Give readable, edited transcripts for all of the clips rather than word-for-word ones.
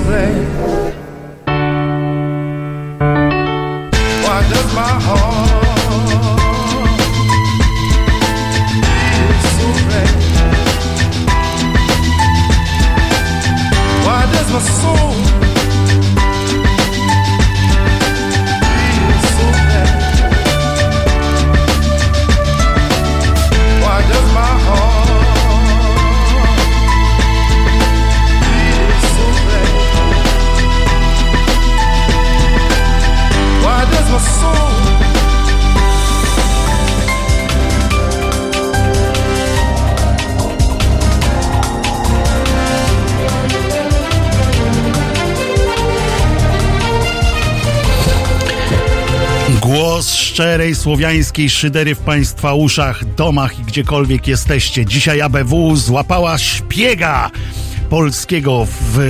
blame? Why does my heart feel so red? Why does my soul feel so bad? Why does my heart feel so bad? Why does my soul Głos szczerej słowiańskiej szydery w Państwa uszach, domach i gdziekolwiek jesteście. Dzisiaj ABW złapała szpiega polskiego.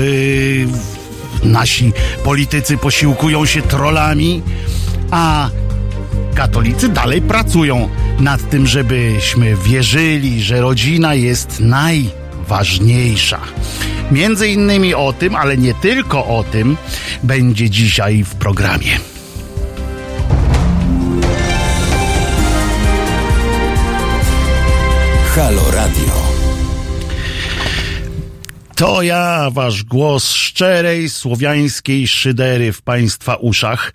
Nasi politycy posiłkują się trollami, a katolicy dalej pracują nad tym, żebyśmy wierzyli, że rodzina jest najważniejsza. Między innymi o tym, ale nie tylko o tym, będzie dzisiaj w programie. Halo Radio. To ja, wasz głos szczerej słowiańskiej szydery w Państwa uszach.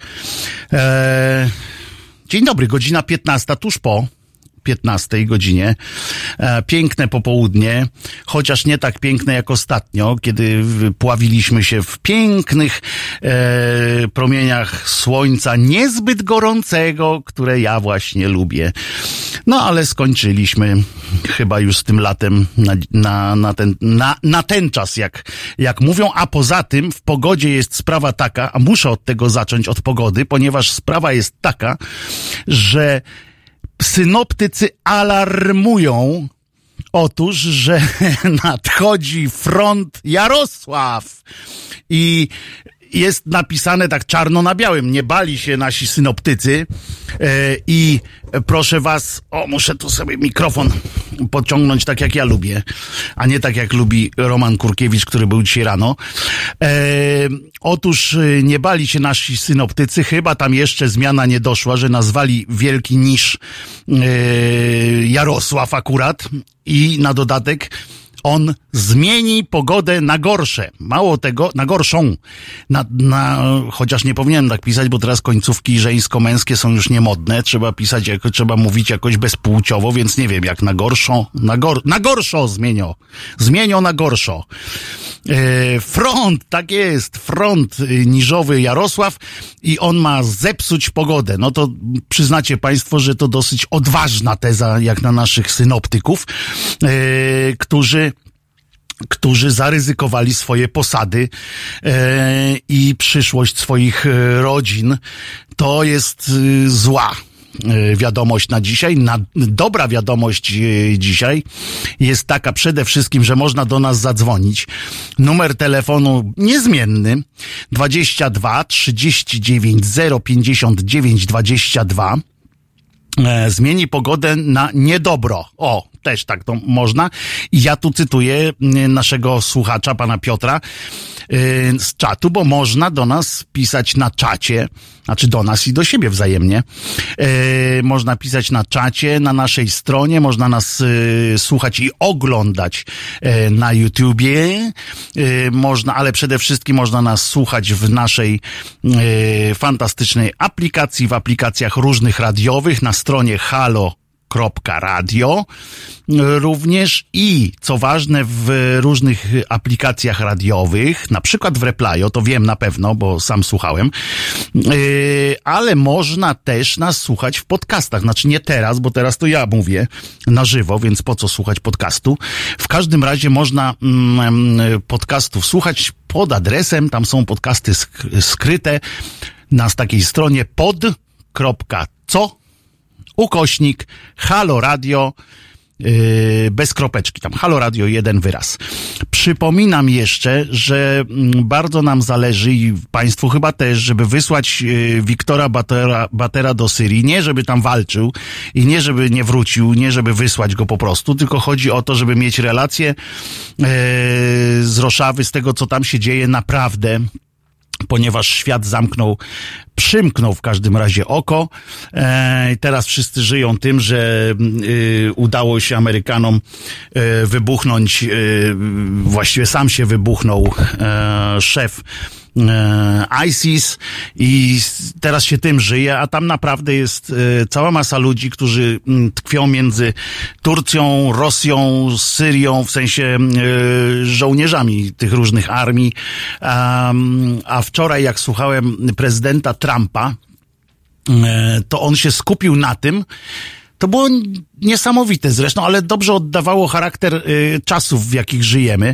Dzień dobry, godzina 15, tuż po 15 godzinie. Piękne popołudnie, chociaż nie tak piękne jak ostatnio, kiedy pławiliśmy się w pięknych promieniach słońca, niezbyt gorącego, które ja właśnie lubię. No ale skończyliśmy chyba już z tym latem na ten czas, jak mówią, a poza tym w pogodzie jest sprawa taka, a muszę od tego zacząć, od pogody, ponieważ sprawa jest taka, że synoptycy alarmują, otóż, że nadchodzi front Jarosław i jest napisane tak czarno na białym. Nie bali się nasi synoptycy i proszę was, muszę tu sobie mikrofon podciągnąć tak jak ja lubię, a nie tak jak lubi Roman Kurkiewicz, który był dzisiaj rano. Otóż nie bali się nasi synoptycy, chyba tam jeszcze zmiana nie doszła, że nazwali wielki niż Jarosław akurat i na dodatek on zmieni pogodę na gorsze. Mało tego, na gorszą. Chociaż nie powinienem tak pisać, bo teraz końcówki żeńsko-męskie są już niemodne. Trzeba mówić jakoś bezpłciowo, więc nie wiem, jak na gorszą. Na gorszo zmienią na gorszo. Front, tak jest, front niżowy Jarosław i on ma zepsuć pogodę. No to przyznacie państwo, że to dosyć odważna teza, jak na naszych synoptyków, którzy zaryzykowali swoje posady i przyszłość swoich rodzin. To jest zła wiadomość na dzisiaj. Dobra wiadomość dzisiaj jest taka przede wszystkim, że można do nas zadzwonić. Numer telefonu niezmienny 22 39 059 22. Zmieni pogodę na niedobro. Też tak to można. I ja tu cytuję naszego słuchacza, pana Piotra, z czatu, bo można do nas pisać na czacie, znaczy do nas i do siebie wzajemnie. Można pisać na czacie, na naszej stronie, można nas słuchać i oglądać na YouTubie. Ale przede wszystkim można nas słuchać w naszej fantastycznej aplikacji, w aplikacjach różnych radiowych, na stronie halo.radio również i, co ważne, w różnych aplikacjach radiowych, na przykład w Replayo, to wiem na pewno, bo sam słuchałem, ale można też nas słuchać w podcastach, znaczy nie teraz, bo teraz to ja mówię na żywo, więc po co słuchać podcastu? W każdym razie można podcastów słuchać pod adresem, tam są podcasty skryte na takiej stronie pod.co / Halo Radio bez kropeczki, tam Halo Radio, jeden wyraz. Przypominam jeszcze, że bardzo nam zależy i państwu chyba też, żeby wysłać Wiktora Batera do Syrii, nie żeby tam walczył i nie żeby nie wrócił, nie żeby wysłać go po prostu, tylko chodzi o to, żeby mieć relacje z Roszawy, z tego, co tam się dzieje naprawdę, ponieważ świat przymknął w każdym razie oko. Teraz wszyscy żyją tym, że udało się Amerykanom wybuchnąć, właściwie sam się wybuchnął szef ISIS i teraz się tym żyje, a tam naprawdę jest cała masa ludzi, którzy tkwią między Turcją, Rosją, Syrią, w sensie żołnierzami tych różnych armii. A wczoraj, jak słuchałem prezydenta Trumpa, to on się skupił na tym, to było niesamowite zresztą, ale dobrze oddawało charakter czasów, w jakich żyjemy,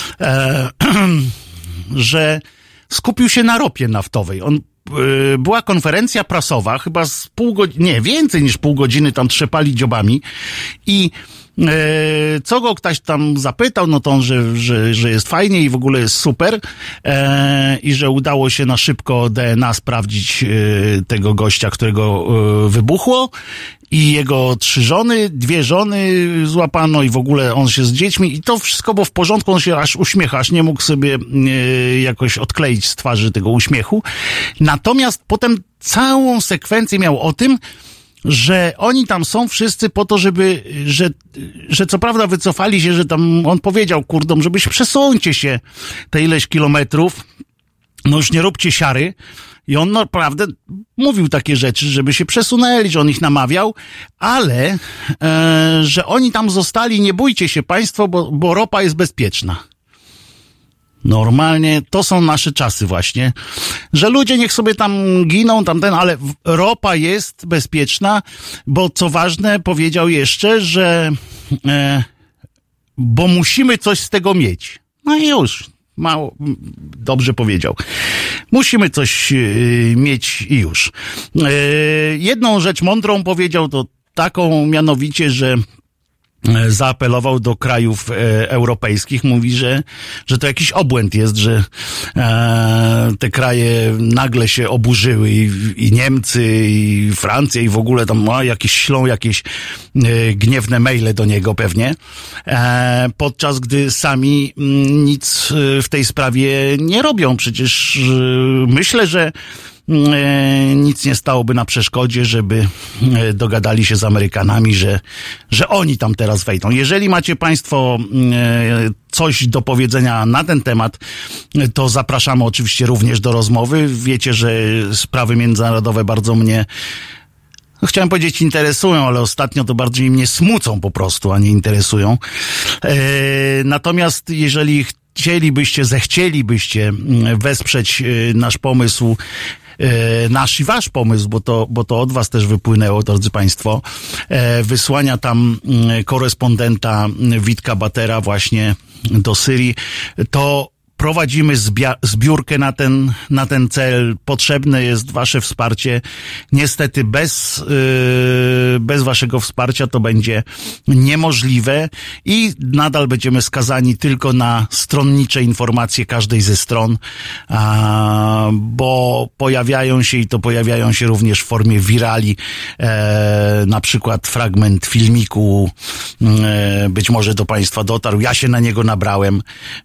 że skupił się na ropie naftowej. Była konferencja prasowa, chyba z pół godziny, nie, więcej niż pół godziny tam trzepali dziobami i co go ktoś tam zapytał, no to on, że jest fajnie i w ogóle jest super i że udało się na szybko DNA sprawdzić tego gościa, którego wybuchło i jego 3 żony, 2 żony złapano i w ogóle on się z dziećmi i to wszystko było w porządku, on się aż uśmiecha, aż nie mógł sobie jakoś odkleić z twarzy tego uśmiechu. Natomiast potem całą sekwencję miał o tym, że oni tam są wszyscy po to, że co prawda wycofali się, że tam on powiedział kurdom, żebyś przesuńcie się te ileś kilometrów, no już nie róbcie siary. I on naprawdę mówił takie rzeczy, żeby się przesunęli, że on ich namawiał, ale że oni tam zostali, nie bójcie się państwo, bo ropa jest bezpieczna. Normalnie to są nasze czasy właśnie, że ludzie niech sobie tam giną, ale ropa jest bezpieczna, bo co ważne powiedział jeszcze, że bo musimy coś z tego mieć. No i już, mało, dobrze powiedział. Musimy coś mieć i już. Jedną rzecz mądrą powiedział to taką mianowicie, że zaapelował do krajów europejskich, mówi, że to jakiś obłęd jest, że te kraje nagle się oburzyły i Niemcy, i Francja, i w ogóle tam ślą jakieś gniewne maile do niego pewnie, podczas gdy sami nic w tej sprawie nie robią. Przecież myślę, że nic nie stałoby na przeszkodzie, żeby dogadali się z Amerykanami, że oni tam teraz wejdą. Jeżeli macie państwo coś do powiedzenia na ten temat, to zapraszamy oczywiście również do rozmowy. Wiecie, że sprawy międzynarodowe bardzo mnie, chciałem powiedzieć, interesują, ale ostatnio to bardziej mnie smucą po prostu, a nie interesują. Natomiast jeżeli zechcielibyście wesprzeć nasz pomysł, nasz i wasz pomysł, bo to od was też wypłynęło, drodzy państwo, wysłania tam korespondenta Witka Batera właśnie do Syrii, to prowadzimy zbiórkę na ten cel. Potrzebne jest wasze wsparcie. Niestety bez waszego wsparcia to będzie niemożliwe i nadal będziemy skazani tylko na stronnicze informacje każdej ze stron, bo pojawiają się również w formie wirali, na przykład fragment filmiku, być może do państwa dotarł, ja się na niego nabrałem,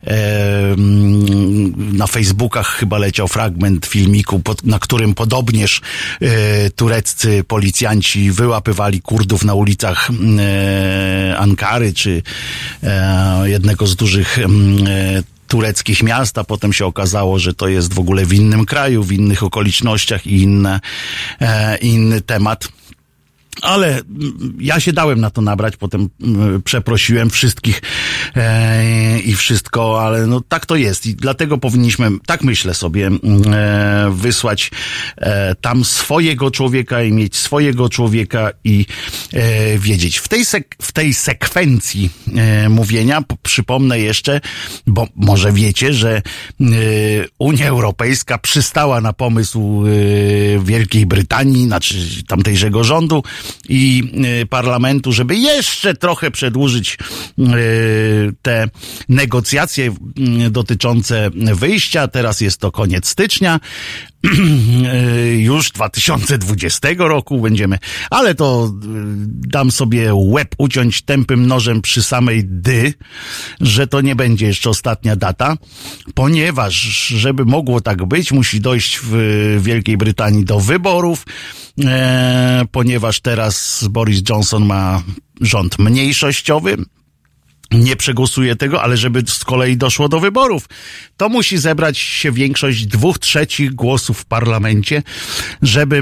na Facebookach chyba leciał fragment filmiku, na którym podobnież tureccy policjanci wyłapywali Kurdów na ulicach Ankary, czy jednego z dużych tureckich miast, a potem się okazało, że to jest w ogóle w innym kraju, w innych okolicznościach i inny temat. Ale ja się dałem na to nabrać, potem przeprosiłem wszystkich i wszystko, ale no tak to jest i dlatego powinniśmy, tak myślę sobie, wysłać tam swojego człowieka i mieć swojego człowieka i wiedzieć. W tej sekwencji mówienia przypomnę jeszcze, bo może wiecie, że Unia Europejska przystała na pomysł Wielkiej Brytanii, znaczy tamtejszego rządu, i parlamentu, żeby jeszcze trochę przedłużyć te negocjacje dotyczące wyjścia. Teraz jest to koniec stycznia. Już 2020 roku będziemy, ale to dam sobie łeb uciąć tępym nożem przy samej że to nie będzie jeszcze ostatnia data, ponieważ żeby mogło tak być, musi dojść w Wielkiej Brytanii do wyborów, ponieważ teraz Boris Johnson ma rząd mniejszościowy. Nie przegłosuje tego, ale żeby z kolei doszło do wyborów, to musi zebrać się większość 2/3 głosów w parlamencie, żeby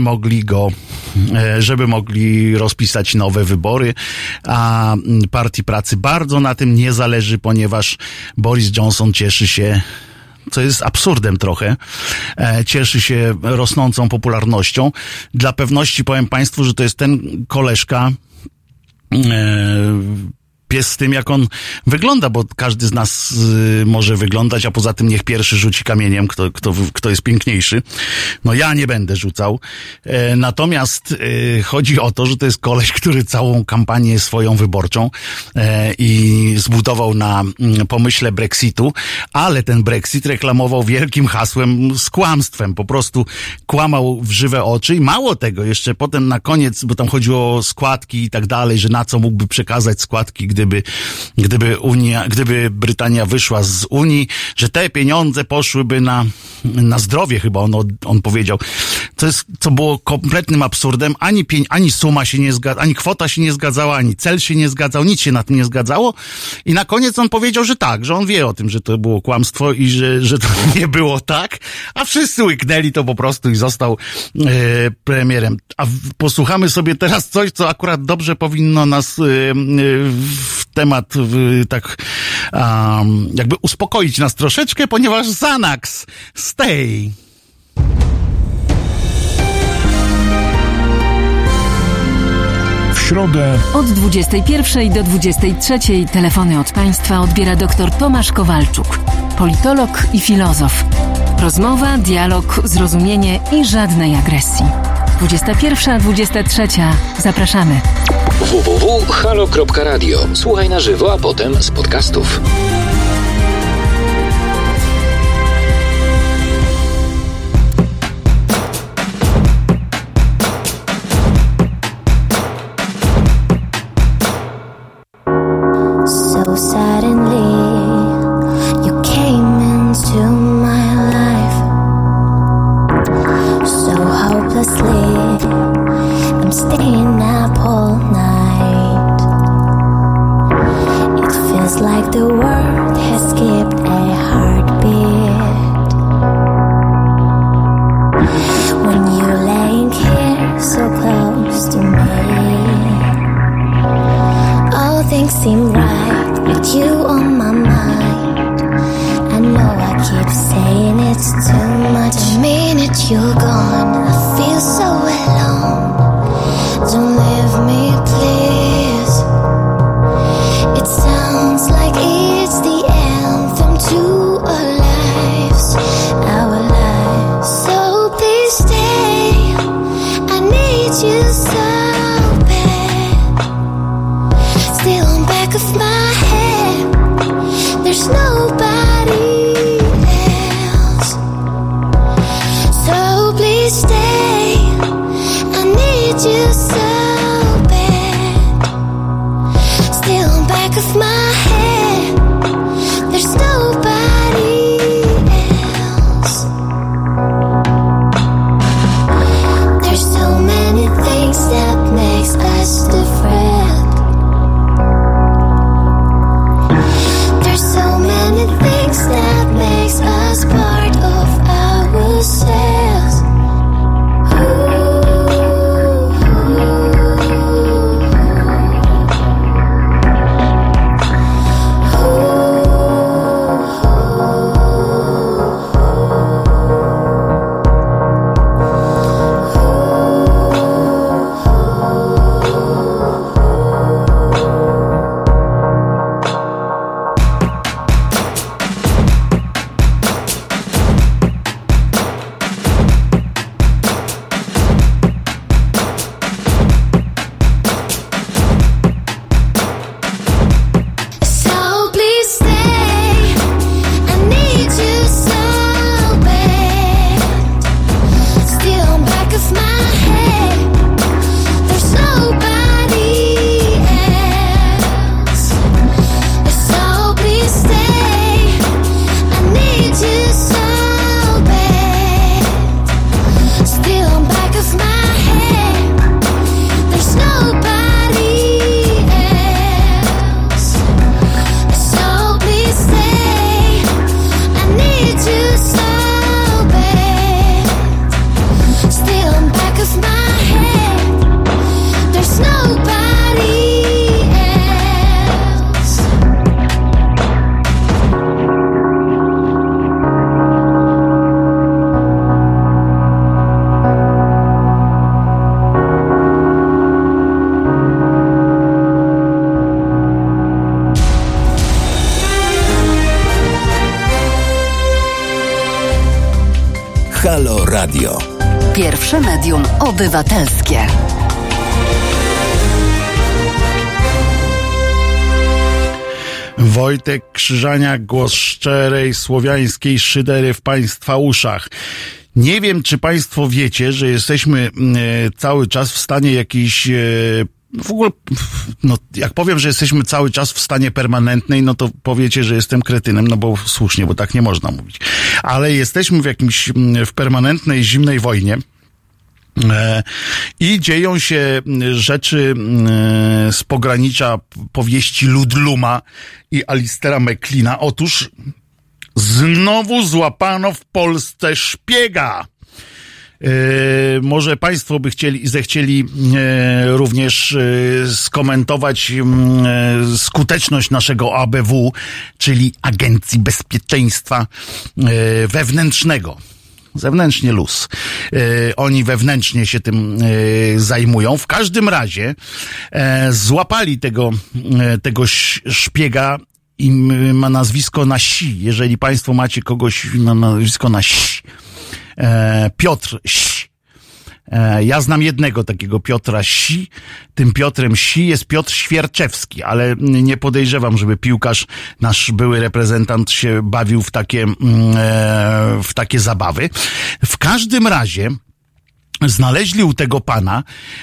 mogli rozpisać nowe wybory, a Partii Pracy bardzo na tym nie zależy, ponieważ Boris Johnson cieszy się, co jest absurdem trochę, cieszy się rosnącą popularnością. Dla pewności powiem Państwu, że to jest ten koleżka, pies z tym, jak on wygląda, bo każdy z nas może wyglądać, a poza tym niech pierwszy rzuci kamieniem, kto jest piękniejszy. No ja nie będę rzucał. Natomiast chodzi o to, że to jest koleś, który całą kampanię swoją wyborczą i zbudował na pomyśle Brexitu, ale ten Brexit reklamował wielkim hasłem z kłamstwem. Po prostu kłamał w żywe oczy i mało tego, jeszcze potem na koniec, bo tam chodziło o składki i tak dalej, że na co mógłby przekazać składki, gdyby Brytania wyszła z Unii, że te pieniądze poszłyby na zdrowie, chyba on powiedział. Co było kompletnym absurdem. Ani suma się nie zgadzała, ani kwota się nie zgadzała, ani cel się nie zgadzał, nic się na tym nie zgadzało. I na koniec on powiedział, że tak, że on wie o tym, że to było kłamstwo i że to nie było tak, a wszyscy łyknęli to po prostu i został premierem. A posłuchamy sobie teraz coś, co akurat dobrze powinno nas w temat tak jakby uspokoić nas troszeczkę, ponieważ Xanax, stay. W środę od 21 do 23 telefony od Państwa odbiera dr Tomasz Kowalczuk, politolog i filozof. Rozmowa, dialog, zrozumienie i żadnej agresji. 21-23. Zapraszamy. www.halo.radio. Słuchaj na żywo, a potem z podcastów. So suddenly you came into my life. So hopelessly I'm staying up all night. It feels like the world Halo Radio. Pierwsze medium obywatelskie. Wojtek Krzyżaniak, głos szczerej, słowiańskiej szydery w państwa uszach. Nie wiem, czy państwo wiecie, że jesteśmy cały czas w stanie jakiejś... W ogóle, no, jak powiem, że jesteśmy cały czas w stanie permanentnej, no to powiecie, że jestem kretynem, no bo słusznie, bo tak nie można mówić. Ale jesteśmy w permanentnej zimnej wojnie. I dzieją się rzeczy z pogranicza powieści Ludluma i Alistera McLeana. Otóż znowu złapano w Polsce szpiega. Może państwo by zechcieli również skomentować skuteczność naszego ABW, czyli Agencji Bezpieczeństwa Wewnętrznego. Zewnętrznie luz. Oni wewnętrznie się tym zajmują. W każdym razie złapali tego szpiega i ma nazwisko na Si. Jeżeli państwo macie kogoś na nazwisko na Si, Piotr Si. Ja znam jednego takiego Piotra Si. Tym Piotrem Si jest Piotr Świerczewski, ale nie podejrzewam, żeby piłkarz, nasz były reprezentant, się bawił w takie zabawy. W każdym razie znaleźli u tego pana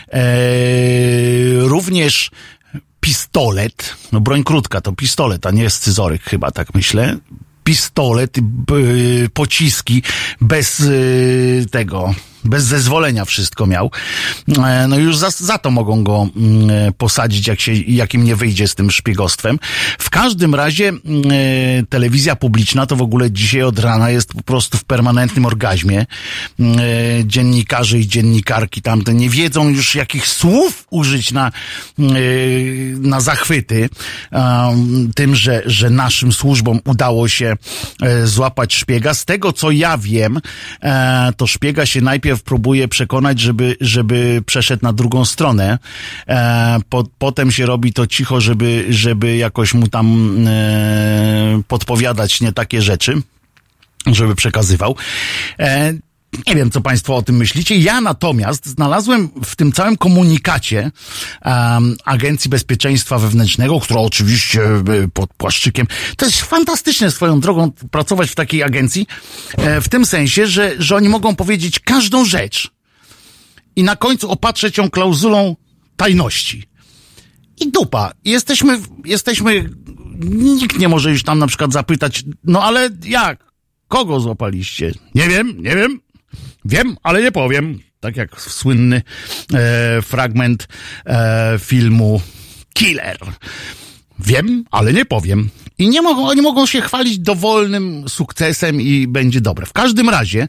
również pistolet, no broń krótka to pistolet, a nie scyzoryk chyba, tak myślę. Pistolet, pociski, bez zezwolenia wszystko miał. No już za to mogą go posadzić, jak im nie wyjdzie z tym szpiegostwem. W każdym razie telewizja publiczna to w ogóle dzisiaj od rana jest po prostu w permanentnym orgazmie. Dziennikarze i dziennikarki tamte nie wiedzą już jakich słów użyć na zachwyty tym, że naszym służbom udało się złapać szpiega. Z tego co ja wiem, to szpiega się najpierw próbuje przekonać, żeby przeszedł na drugą stronę. Potem się robi to cicho, żeby jakoś mu tam podpowiadać nie takie rzeczy, żeby przekazywał. Nie wiem, co państwo o tym myślicie. Ja natomiast znalazłem w tym całym komunikacie Agencji Bezpieczeństwa Wewnętrznego, która oczywiście pod płaszczykiem... To jest fantastyczne swoją drogą pracować w takiej agencji, w tym sensie, że oni mogą powiedzieć każdą rzecz i na końcu opatrzeć ją klauzulą tajności. I dupa. Jesteśmy... Nikt nie może już tam na przykład zapytać, no ale jak? Kogo złapaliście? Nie wiem. Wiem, ale nie powiem. Tak jak słynny fragment filmu Killer. Wiem, ale nie powiem. I oni mogą się chwalić dowolnym sukcesem i będzie dobre. W każdym razie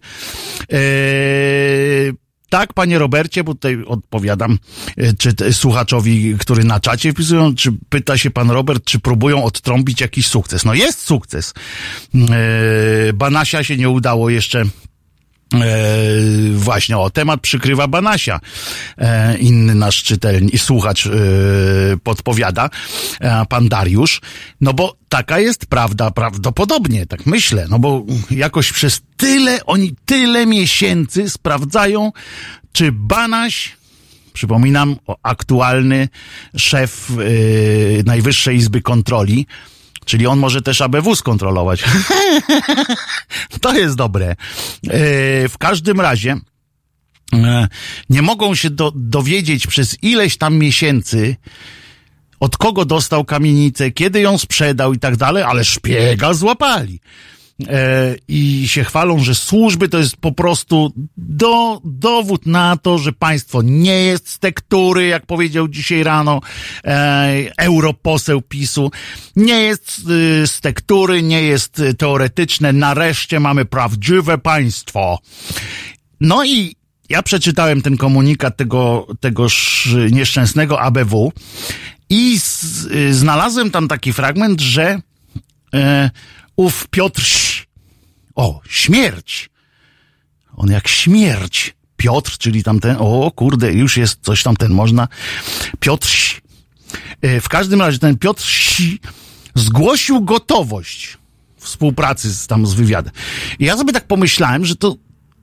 tak, panie Robercie, bo tutaj odpowiadam słuchaczowi, który na czacie wpisują, czy pyta się pan Robert, czy próbują odtrąbić jakiś sukces. No jest sukces. Banasia się nie udało jeszcze. Właśnie, temat przykrywa Banasia. Inny nasz czytelnik i słuchacz podpowiada, pan Dariusz. No bo taka jest prawda, prawdopodobnie, tak myślę. No bo jakoś przez tyle miesięcy sprawdzają, czy Banaś, przypominam, aktualny szef Najwyższej Izby Kontroli, czyli on może też ABW skontrolować. To jest dobre. W każdym razie nie mogą się dowiedzieć przez ileś tam miesięcy, od kogo dostał kamienicę, kiedy ją sprzedał i tak dalej, ale szpiega złapali. I się chwalą, że służby to jest po prostu dowód na to, że państwo nie jest z tektury, jak powiedział dzisiaj rano europoseł PiS-u, nie jest z tektury, nie jest teoretyczne, nareszcie mamy prawdziwe państwo. No i ja przeczytałem ten komunikat tegoż nieszczęsnego ABW i znalazłem tam taki fragment, że ów Piotr śmierć. On jak śmierć. Piotr, czyli tamten, już jest coś tamten, można. Piotr w każdym razie ten Piotr zgłosił gotowość współpracy z wywiadem. I ja sobie tak pomyślałem, że to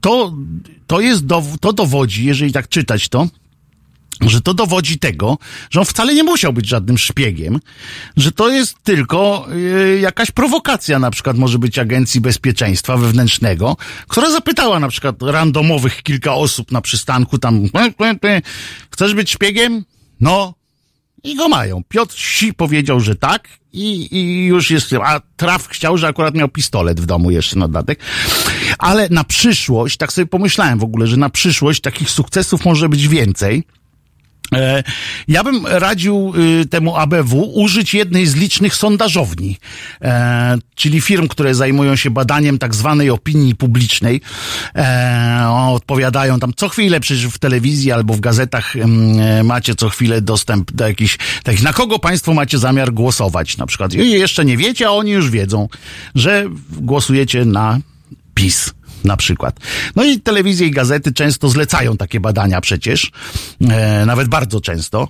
to dowodzi, jeżeli tak czytać to, że to dowodzi tego, że on wcale nie musiał być żadnym szpiegiem, że to jest tylko jakaś prowokacja, na przykład może być Agencji Bezpieczeństwa Wewnętrznego, która zapytała na przykład randomowych kilka osób na przystanku tam, chcesz być szpiegiem? No. I go mają. Piotr Si powiedział, że tak i już jest, a Traf chciał, że akurat miał pistolet w domu jeszcze na dodatek. Ale na przyszłość, tak sobie pomyślałem w ogóle, że na przyszłość takich sukcesów może być więcej. Ja bym radził temu ABW użyć jednej z licznych sondażowni, czyli firm, które zajmują się badaniem tak zwanej opinii publicznej. Odpowiadają tam co chwilę, przecież w telewizji albo w gazetach macie co chwilę dostęp do jakichś takich, na kogo państwo macie zamiar głosować na przykład. I jeszcze nie wiecie, a oni już wiedzą, że głosujecie na PiS. Na przykład. No i telewizje i gazety często zlecają takie badania przecież, nawet bardzo często.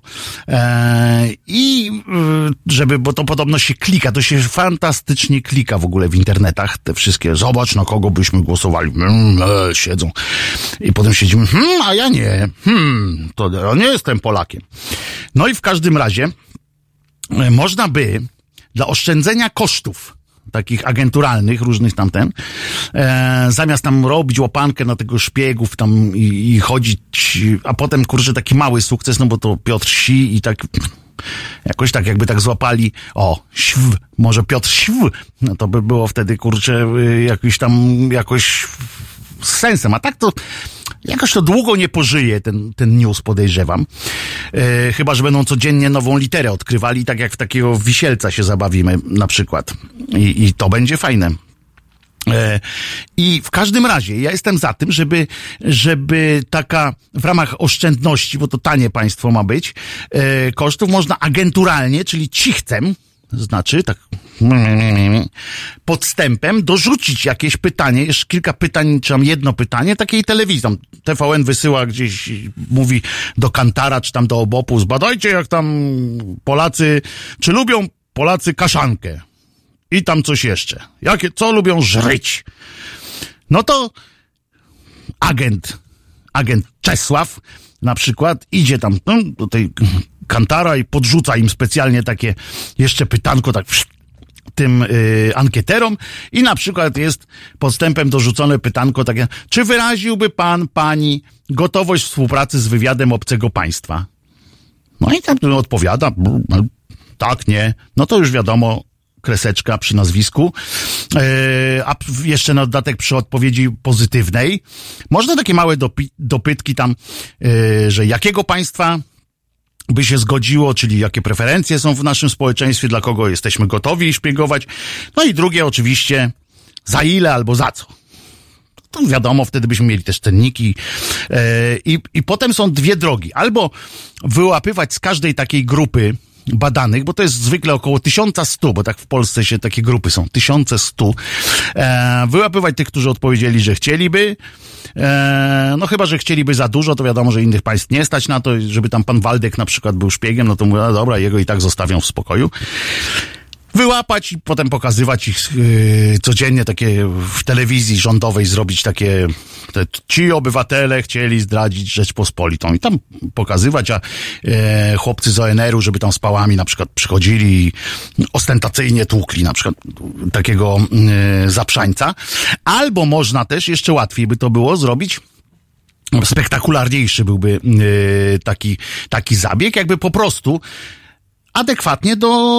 Bo to podobno się klika, to się fantastycznie klika w ogóle w internetach, te wszystkie, zobacz na kogo byśmy głosowali, siedzą. I potem siedzimy, a ja nie, to ja nie jestem Polakiem. No i w każdym razie można by dla oszczędzenia kosztów takich agenturalnych, różnych tamten, zamiast tam robić łapankę na tego szpiegów tam i chodzić, a potem, kurczę, taki mały sukces, no bo to Piotr Si i tak, jakoś tak jakby tak złapali, może Piotr Św, no to by było wtedy, kurczę, jakoś z sensem, a tak to jakoś to długo nie pożyje ten news, podejrzewam. Chyba że będą codziennie nową literę odkrywali, tak jak w takiego Wisielca się zabawimy na przykład. I to będzie fajne. I w każdym razie ja jestem za tym, żeby taka w ramach oszczędności, bo to tanie państwo ma być, kosztów można agenturalnie, czyli cichcem, znaczy tak podstępem dorzucić jakieś pytanie, jeszcze kilka pytań, czy tam jedno pytanie, takiej telewizji. Tam TVN wysyła gdzieś, mówi do Kantara, czy tam do Obopu, zbadajcie jak tam Polacy, czy lubią Polacy kaszankę. I tam coś jeszcze. Co lubią żryć? No to agent Czesław na przykład idzie tam do tej Kantara i podrzuca im specjalnie takie jeszcze pytanko tak tym ankieterom i na przykład jest podstępem dorzucone pytanko takie, czy wyraziłby pani gotowość współpracy z wywiadem obcego państwa? No i tam odpowiada, tak, nie. No to już wiadomo, kreseczka przy nazwisku, a jeszcze na dodatek przy odpowiedzi pozytywnej. Można takie małe dopytki tam, że jakiego państwa by się zgodziło, czyli jakie preferencje są w naszym społeczeństwie, dla kogo jesteśmy gotowi szpiegować. No i drugie oczywiście, za ile albo za co. To wiadomo, wtedy byśmy mieli też cenniki. I potem są dwie drogi. Albo wyłapywać z każdej takiej grupy badanych, bo to jest zwykle około 1100, bo tak w Polsce się takie grupy są, 1100. Wyłapywać tych, którzy odpowiedzieli, że chcieliby. No chyba, że chcieliby za dużo, to wiadomo, że innych państw nie stać na to, żeby tam pan Waldek na przykład był szpiegiem, no to mówię, no dobra, jego i tak zostawią w spokoju. Wyłapać i potem pokazywać ich codziennie takie w telewizji rządowej, zrobić takie, ci obywatele chcieli zdradzić Rzeczpospolitą i tam pokazywać, a chłopcy z ONR-u, żeby tam z pałami na przykład przychodzili i ostentacyjnie tłukli na przykład takiego zaprzańca. Albo można też, jeszcze łatwiej by to było zrobić, spektakularniejszy byłby taki zabieg, jakby po prostu adekwatnie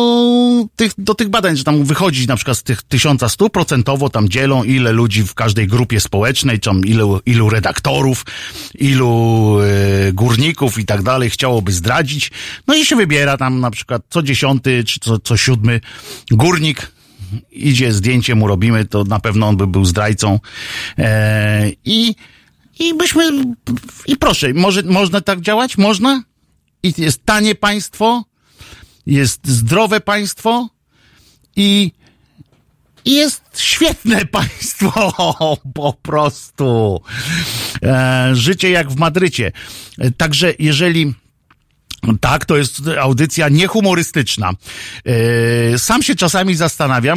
do tych badań, że tam wychodzi na przykład z tych 1100 procentowo tam dzielą, ile ludzi w każdej grupie społecznej, czy tam ilu redaktorów, ilu górników i tak dalej chciałoby zdradzić. No i się wybiera tam na przykład co 10 czy co 7 górnik idzie, zdjęcie mu robimy, to na pewno on by był zdrajcą. I proszę, można tak działać? Można? I jest tanie państwo, jest zdrowe państwo i jest świetne państwo, po prostu. Życie jak w Madrycie. Także jeżeli Tak, to jest audycja niehumorystyczna. Sam się czasami zastanawiam,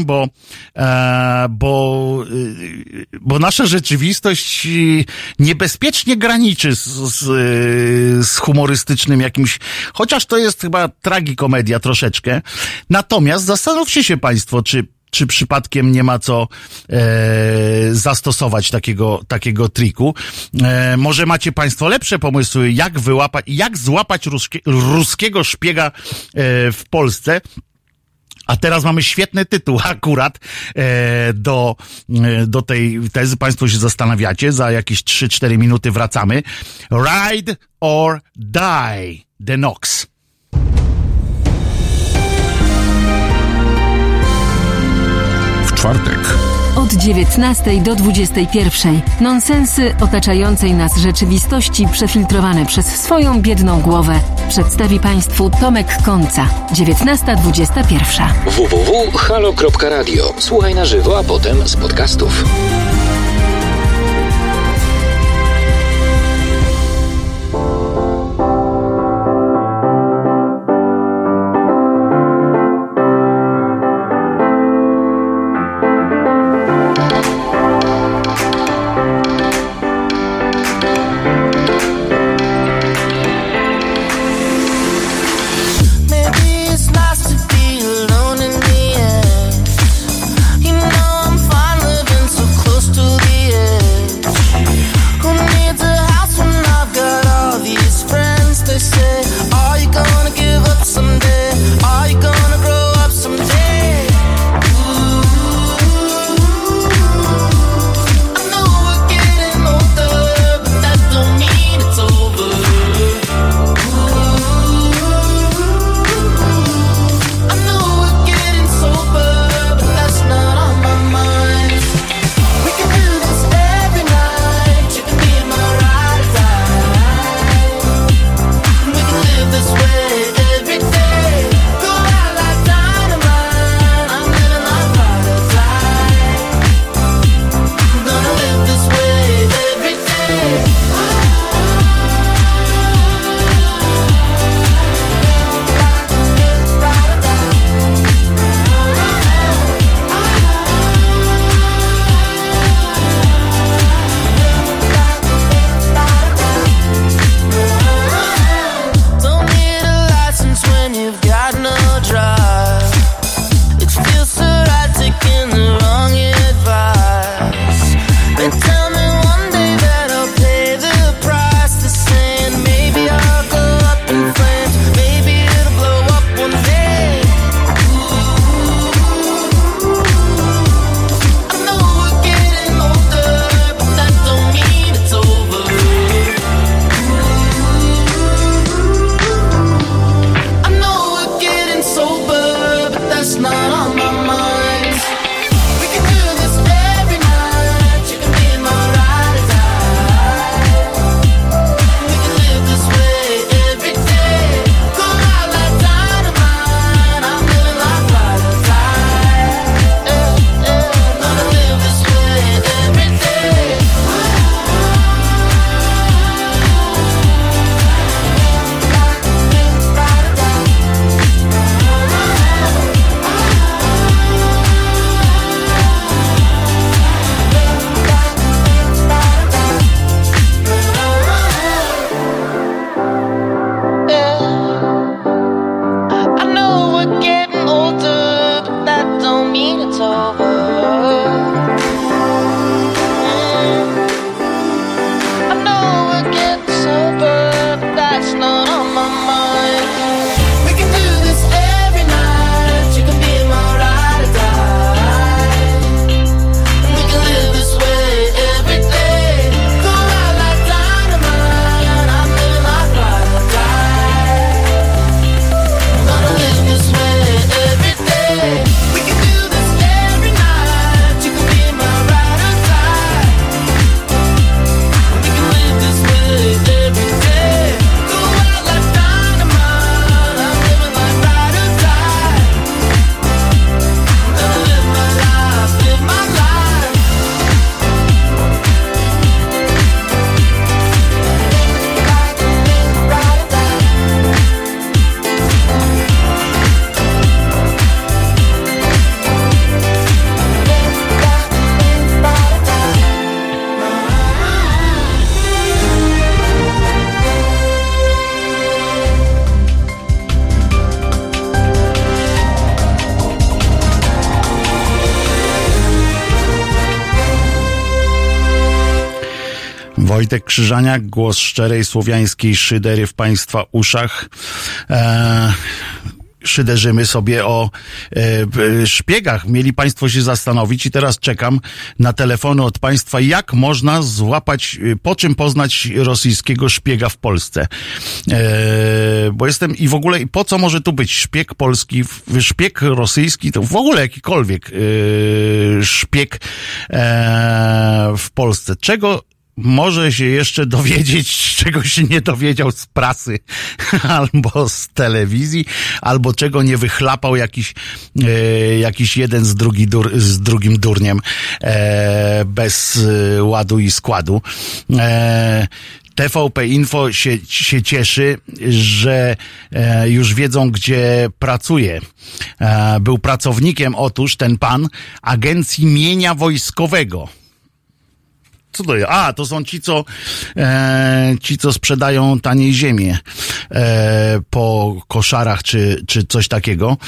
bo nasza rzeczywistość niebezpiecznie graniczy z humorystycznym jakimś, chociaż to jest chyba tragikomedia troszeczkę. Natomiast zastanówcie się państwo, czy przypadkiem nie ma co zastosować takiego triku. Może macie państwo lepsze pomysły, jak złapać ruskiego szpiega w Polsce. A teraz mamy świetny tytuł akurat do tej tezy. Państwo się zastanawiacie, za jakieś 3-4 minuty wracamy. Ride or Die, The Knox. Czwartek. Od 19 do 21. Nonsensy otaczającej nas rzeczywistości przefiltrowane przez swoją biedną głowę przedstawi państwu Tomek Końca. 19:21. www.halo.radio. Słuchaj na żywo, a potem z podcastów. Close Wojtek Krzyżaniak, głos szczerej słowiańskiej szydery w Państwa uszach. Szyderzymy sobie o szpiegach. Mieli Państwo się zastanowić i teraz czekam na telefony od Państwa, jak można złapać, po czym poznać rosyjskiego szpiega w Polsce. Bo jestem i w ogóle, po co może tu być szpieg polski, szpieg rosyjski, to w ogóle jakikolwiek szpieg w Polsce. Czego może się jeszcze dowiedzieć, czego się nie dowiedział z prasy, albo z telewizji, albo czego nie wychlapał jakiś jeden z drugim durniem bez ładu i składu. TVP Info się cieszy, że już wiedzą, gdzie pracuje. Był pracownikiem, otóż ten pan, Agencji Mienia Wojskowego. Co to jest? A, to są ci, co sprzedają taniej ziemię po koszarach, czy coś takiego.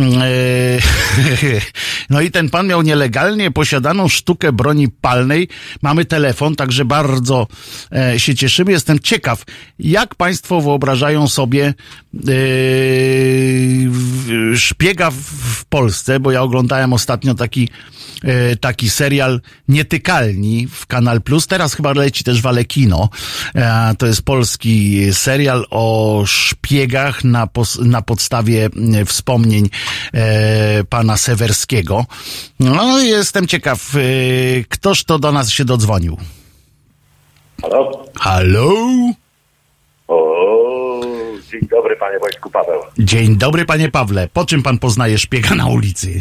No i ten pan miał nielegalnie posiadaną sztukę broni palnej. Mamy telefon, także bardzo się cieszymy. Jestem ciekaw, jak Państwo wyobrażają sobie szpiega w Polsce, bo ja oglądałem ostatnio taki serial Nietykalni w Kanal Plus. Teraz chyba leci też Walekino. To jest polski serial o szpiegach na podstawie wspomnień pana Sewerskiego. No jestem ciekaw, ktoż to do nas się dodzwonił. Halo? Halo? O, dzień dobry, panie Wojtku, Paweł. Dzień dobry, panie Pawle. Po czym pan poznaje szpiega na ulicy?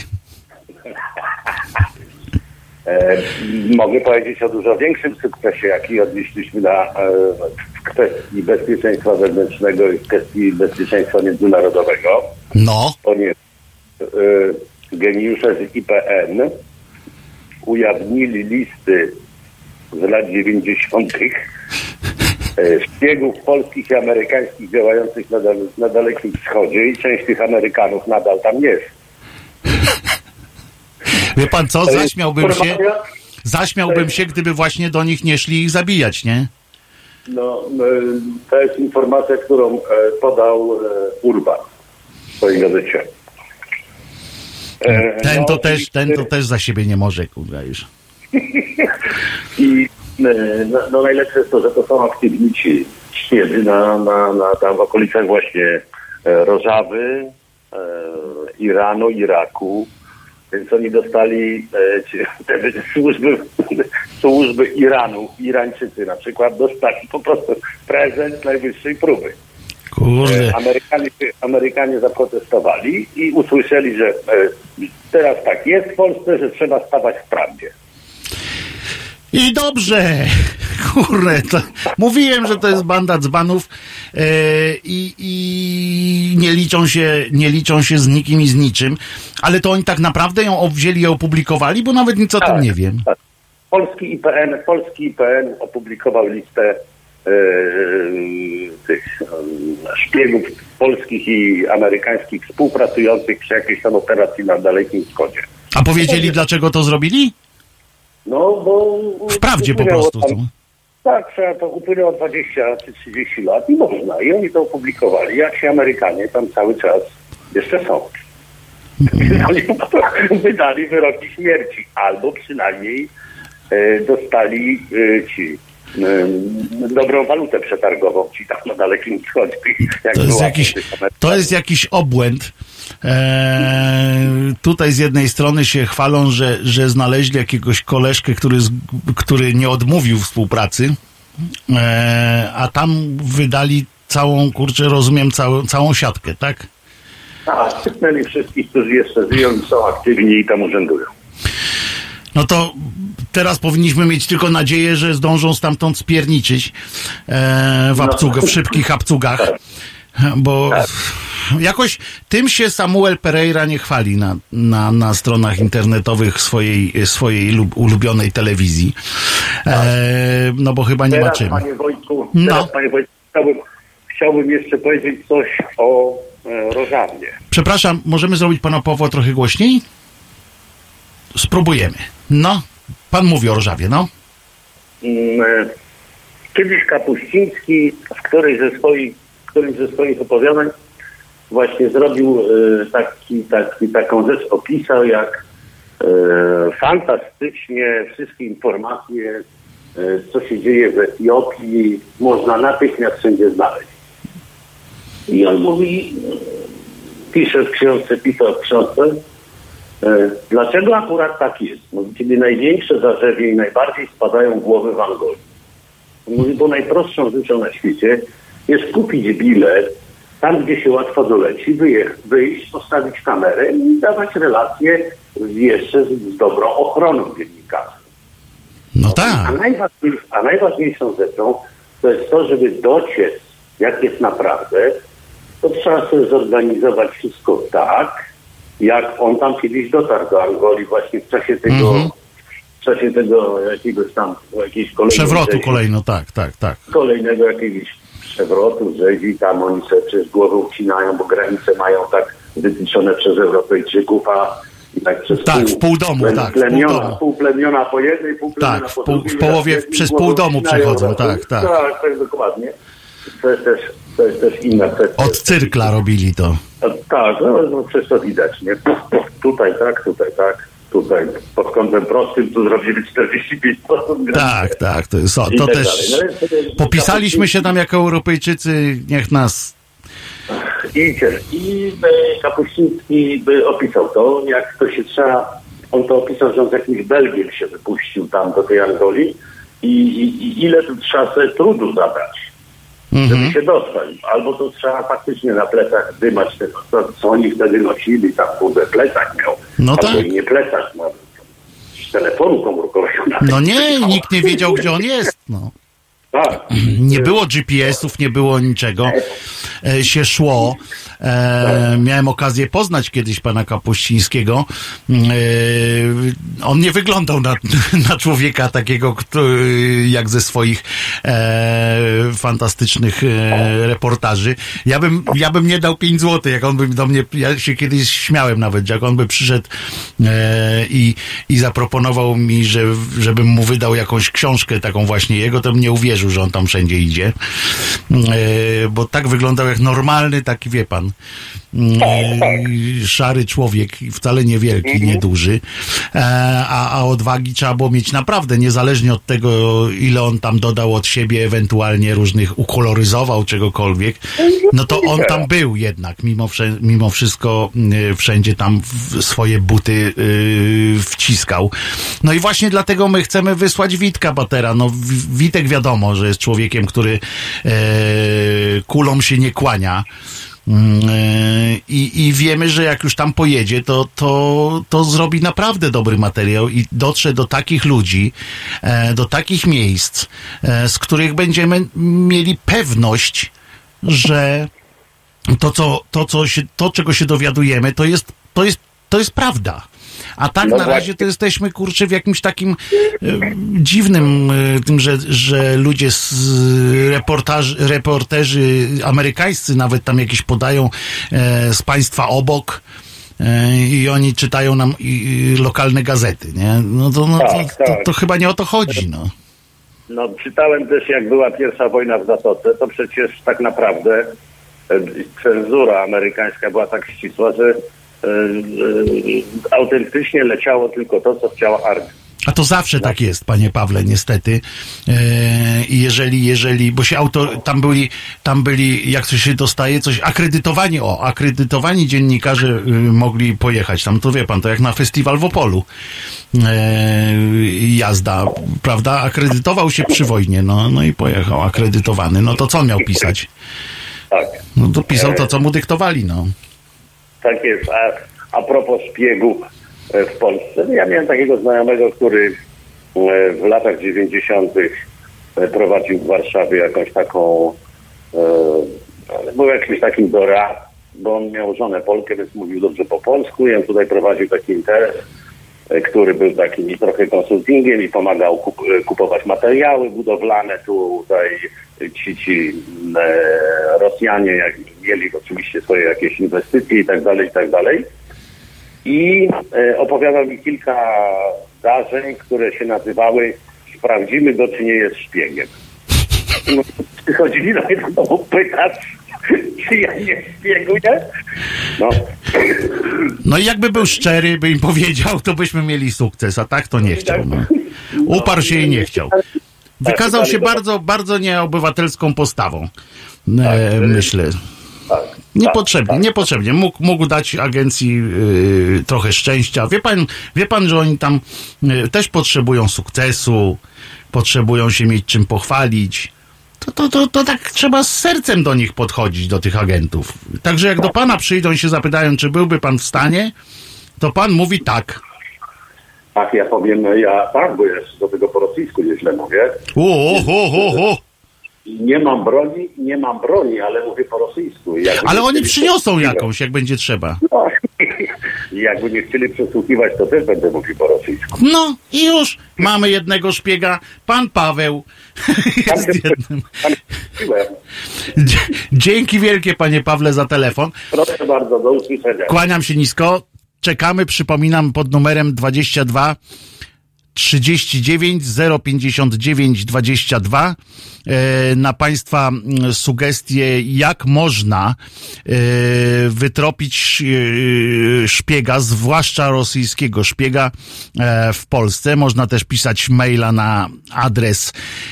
Mogę powiedzieć o dużo większym sukcesie, jaki odnieśliśmy w kwestii bezpieczeństwa wewnętrznego i w kwestii bezpieczeństwa międzynarodowego. No. Ponieważ geniusze z IPN ujawnili listy z lat 90. szpiegów polskich i amerykańskich działających na Dalekim Wschodzie i część tych Amerykanów nadal tam jest. Wie pan co? Zaśmiałbym się, gdyby właśnie do nich nie szli ich zabijać, nie? No, to jest informacja, którą podał Urban w swojej gazecie. Ten to też za siebie nie może, kurwa, już. I najlepsze jest to, że to są aktywnici szpiedzy tam w okolicach właśnie Rożawy, Iranu, Iraku. Więc oni dostali służby Iranu, Irańczycy na przykład dostali po prostu prezent najwyższej próby. Kurde. Amerykanie zaprotestowali i usłyszeli, że teraz tak jest w Polsce, że trzeba stawać w prawdzie. I dobrze, kurde, to mówiłem, że to jest banda dzbanów i nie liczą się z nikim i z niczym, ale to oni tak naprawdę ją wzięli i opublikowali, bo nawet nic o tym nie wiem. Tak. Polski IPN opublikował listę tych szpiegów polskich i amerykańskich współpracujących przy jakiejś tam operacji na Dalekim Wschodzie. A powiedzieli, dlaczego to zrobili? No, bo... Wprawdzie po prostu. Tak, to upłynęło 20 czy 30 lat i można. I oni to opublikowali. Jak się Amerykanie tam cały czas jeszcze są. Oni wydali wyroki śmierci. Albo przynajmniej dostali dobrą walutę przetargową ci tam na Dalekim Wschodzie. To jest jakiś obłęd. Tutaj z jednej strony się chwalą, że znaleźli jakiegoś koleżkę, który nie odmówił współpracy, a tam wydali całą, rozumiem, całą siatkę, tak? Tak, sypnęli wszystkich, którzy jeszcze żyją i są aktywni i tam urzędują. No to teraz powinniśmy mieć tylko nadzieję, że zdążą stamtąd spierniczyć w szybkich abcugach, bo jakoś tym się Samuel Pereira nie chwali na stronach internetowych swojej ulubionej telewizji. No bo chyba nie ma czym. Panie Wojtku, chciałbym jeszcze powiedzieć coś o Rożawie. Przepraszam, możemy zrobić pana Pawła trochę głośniej? Spróbujemy. No, pan mówi o Rożawie, no. Kiedyś Kapuściński w którymś ze swoich opowiadań właśnie zrobił taką rzecz, opisał, jak fantastycznie wszystkie informacje, co się dzieje w Etiopii, można natychmiast wszędzie znaleźć. I on mówi, pisał w książce, dlaczego akurat tak jest? Mówi, kiedy największe zarzewie i najbardziej spadają głowy w Angolii. On mówi, bo najprostszą rzeczą na świecie jest kupić bilet tam, gdzie się łatwo doleci, wyjść, postawić kamerę i dawać relacje jeszcze z dobrą ochroną dziennikarzy. No tak. A najważniejszą rzeczą to jest to, żeby dociec, jak jest naprawdę, to trzeba sobie zorganizować wszystko tak, jak on tam kiedyś dotarł do Angolii właśnie w czasie tego jakiegoś tam jakiejś przewrotu tak. Kolejnego jakiegoś przewrotu, rzezi, tam oni sobie przez głowę ucinają, bo granice mają tak wytyczone przez Europejczyków, a tak przez pół domu, pół plemiona po jednej, pół plemiona po drugiej. W połowie przez pół domu przechodzą, tak. Tak, dokładnie. To jest też inna kwestia. Od cyrkla robili to. Tak, no przecież to widać, nie? Tutaj tak. Tutaj pod kątem prostym tu zrobili 45%. Tak, to jest to też. Popisaliśmy się tam jako Europejczycy, niech nas. I Kapuściński by opisał to, jak to się trzeba. On to opisał, że on z jakimś Belgiem się wypuścił tam do tej Angolii i ile tu trzeba sobie trudu zabrać, żeby się dostać. Albo to trzeba faktycznie na plecach dymać tego, co oni wtedy nosili, tam kurde plecak miał. No albo tak. i nie plecak, nawet z telefonu komórkowego. No nie, nikt nie wiedział, gdzie on jest, no. Tak. Nie było GPS-ów, nie było niczego. Się szło. Miałem okazję poznać kiedyś pana Kapuścińskiego. On nie wyglądał na człowieka takiego, jak ze swoich fantastycznych reportaży. Ja bym nie dał 5 zł, jak on by do mnie, ja się kiedyś śmiałem nawet, jak on by przyszedł i zaproponował mi, żebym mu wydał jakąś książkę taką właśnie jego, to bym nie uwierzył, że on tam wszędzie idzie. Bo tak wyglądał jak normalny, taki wie pan, szary człowiek, wcale niewielki, nieduży, a odwagi trzeba było mieć naprawdę, niezależnie od tego, ile on tam dodał od siebie, ewentualnie różnych ukoloryzował czegokolwiek, no to on tam był jednak, mimo wszystko wszędzie tam swoje buty wciskał. No i właśnie dlatego my chcemy wysłać Witka Batera. No Witek wiadomo, że jest człowiekiem, który kulą się nie kłania. I wiemy, że jak już tam pojedzie, to zrobi naprawdę dobry materiał i dotrze do takich ludzi, do takich miejsc, z których będziemy mieli pewność, że to czego się dowiadujemy, to jest prawda. A tak na razie to jesteśmy, kurczę, w jakimś takim dziwnym tym, że ludzie reporterzy amerykańscy nawet tam jakieś podają z państwa obok i oni czytają nam lokalne gazety, nie? To chyba nie o to chodzi, no. No, czytałem też, jak była pierwsza wojna w Zatoce, to przecież tak naprawdę cenzura amerykańska była tak ścisła, że autentycznie leciało tylko to, co chciała armia. A to zawsze tak jest, panie Pawle, niestety. I jeżeli, bo się tam byli, jak to się dostaje, coś, akredytowani dziennikarze mogli pojechać tam, to wie pan, to jak na festiwal w Opolu. Jazda, prawda? Akredytował się przy wojnie, no i pojechał akredytowany. No to co miał pisać? Tak. No to pisał to, co mu dyktowali, no. Tak jest. A propos szpiegów w Polsce, ja miałem takiego znajomego, który w latach 90. prowadził w Warszawie jakąś taką, był jakimś takim doradcą, bo on miał żonę Polkę, więc mówił dobrze po polsku i on tutaj prowadził taki interes, który był takim trochę konsultingiem i pomagał kupować materiały budowlane. Tutaj ci Rosjanie jak mieli oczywiście swoje jakieś inwestycje i tak dalej. I opowiadał mi kilka zdarzeń, które się nazywały "Sprawdzimy go, czy nie jest szpiegiem". Przychodzili do mnie do domu pytać, czy ja nie szpieguję. No. No i jakby był szczery, by im powiedział, to byśmy mieli sukces, a tak to nie chciał. No. Uparł się i nie chciał. Wykazał się bardzo, bardzo nieobywatelską postawą. Myślę. Niepotrzebnie. Mógł dać agencji trochę szczęścia. Wie pan, że oni tam też potrzebują sukcesu, potrzebują się mieć czym pochwalić. To tak trzeba z sercem do nich podchodzić, do tych agentów. Także jak do pana przyjdą i się zapytają, czy byłby pan w stanie, to pan mówi tak. Tak, ja powiem, tak, bo ja do tego po rosyjsku nieźle mówię. Nie mam broni, ale mówię po rosyjsku. Ale oni przyniosą jakąś, jak będzie trzeba. No, jakby nie chcieli przesłuchiwać, to też będę mówił po rosyjsku. No i już mamy jednego szpiega. Pan Paweł jest jednym. Dzięki wielkie, panie Pawle, za telefon. Proszę bardzo, do usłyszenia. Kłaniam się nisko. Czekamy, przypominam, pod numerem 22 39 059 22 na państwa sugestie, jak można wytropić szpiega, zwłaszcza rosyjskiego szpiega w Polsce. Można też pisać maila na adres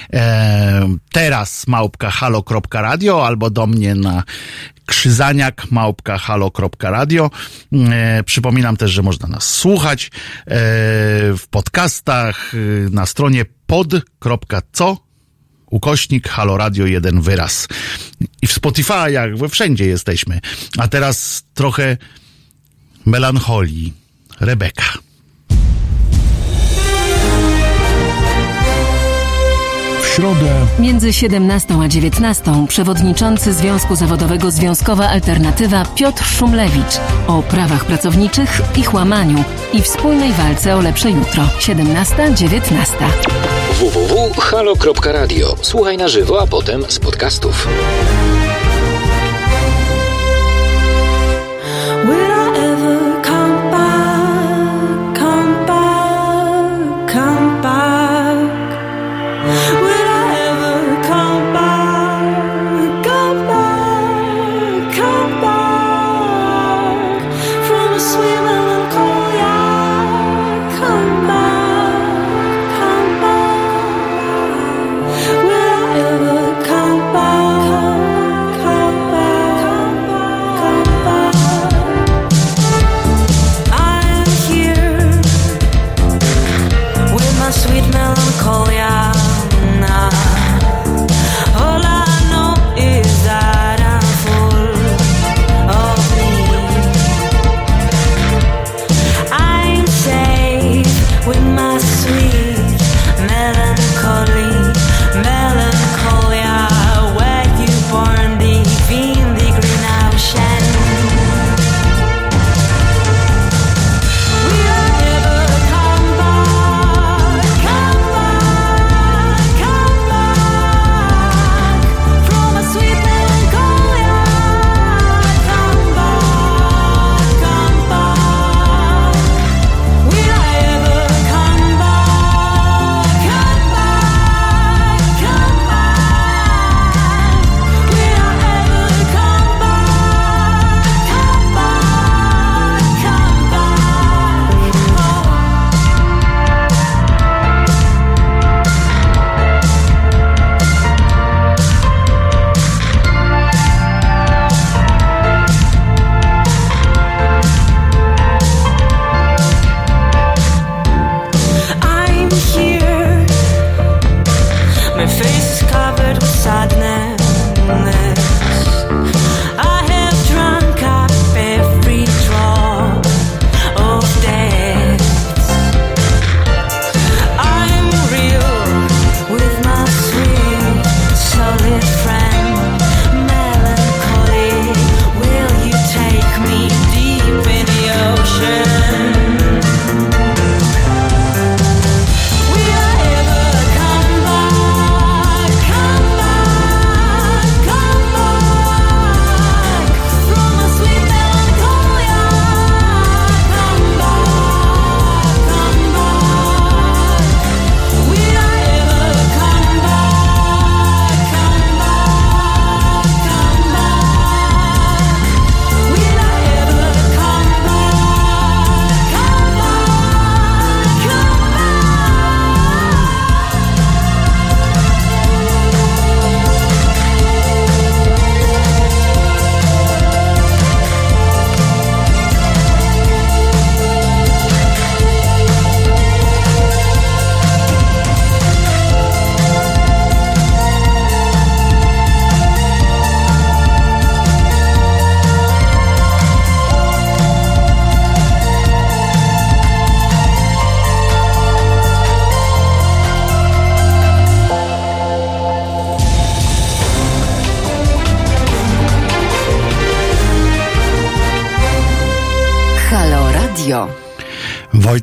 teraz@halo.radio albo do mnie na krzyzaniak@halo.radio. Przypominam też, że można nas słuchać w podcastach na stronie pod.co/Halo Radio 1 wyraz. I w Spotify'ach, we wszędzie jesteśmy. A teraz trochę melancholii. Rebeka. W środę Między 17 a 19 przewodniczący Związku Zawodowego Związkowa Alternatywa Piotr Szumlewicz o prawach pracowniczych, ich łamaniu i wspólnej walce o lepsze jutro. 17-19. www.halo.radio. Słuchaj na żywo, a potem z podcastów.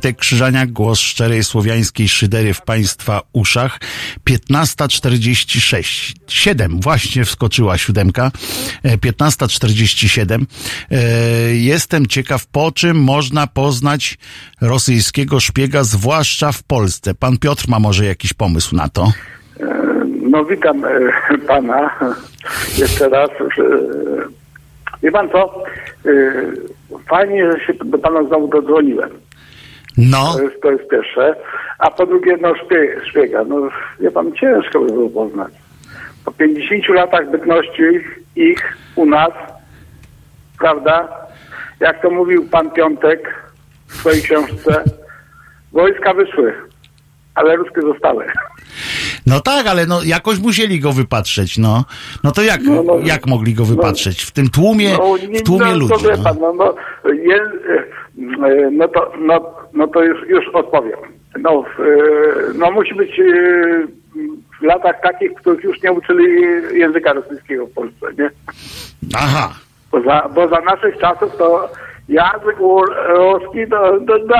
Wojtek Krzyżaniak, głos szczerej słowiańskiej szydery w państwa uszach. 15:46. 7, właśnie wskoczyła 7. 15:47. Jestem ciekaw, po czym można poznać rosyjskiego szpiega, zwłaszcza w Polsce. Pan Piotr ma może jakiś pomysł na to? No witam pana jeszcze raz. Wie pan co? Fajnie, że się do pana znowu dodzwoniłem. No. To jest pierwsze. A po drugie, no szpiega. No wie pan, ciężko by było poznać. Po 50 latach bytności ich u nas, prawda? Jak to mówił pan Piątek w swojej książce, wojska wyszły, ale ruskie zostały. No tak, ale no jakoś musieli go wypatrzeć, no. No to jak mogli go wypatrzeć? W tym tłumie, w tłumie ludzi. To wie pan, no to już odpowiem. No musi być w latach takich, w których już nie uczyli języka rosyjskiego w Polsce, nie? Aha. Bo za naszych czasów to język ruski da.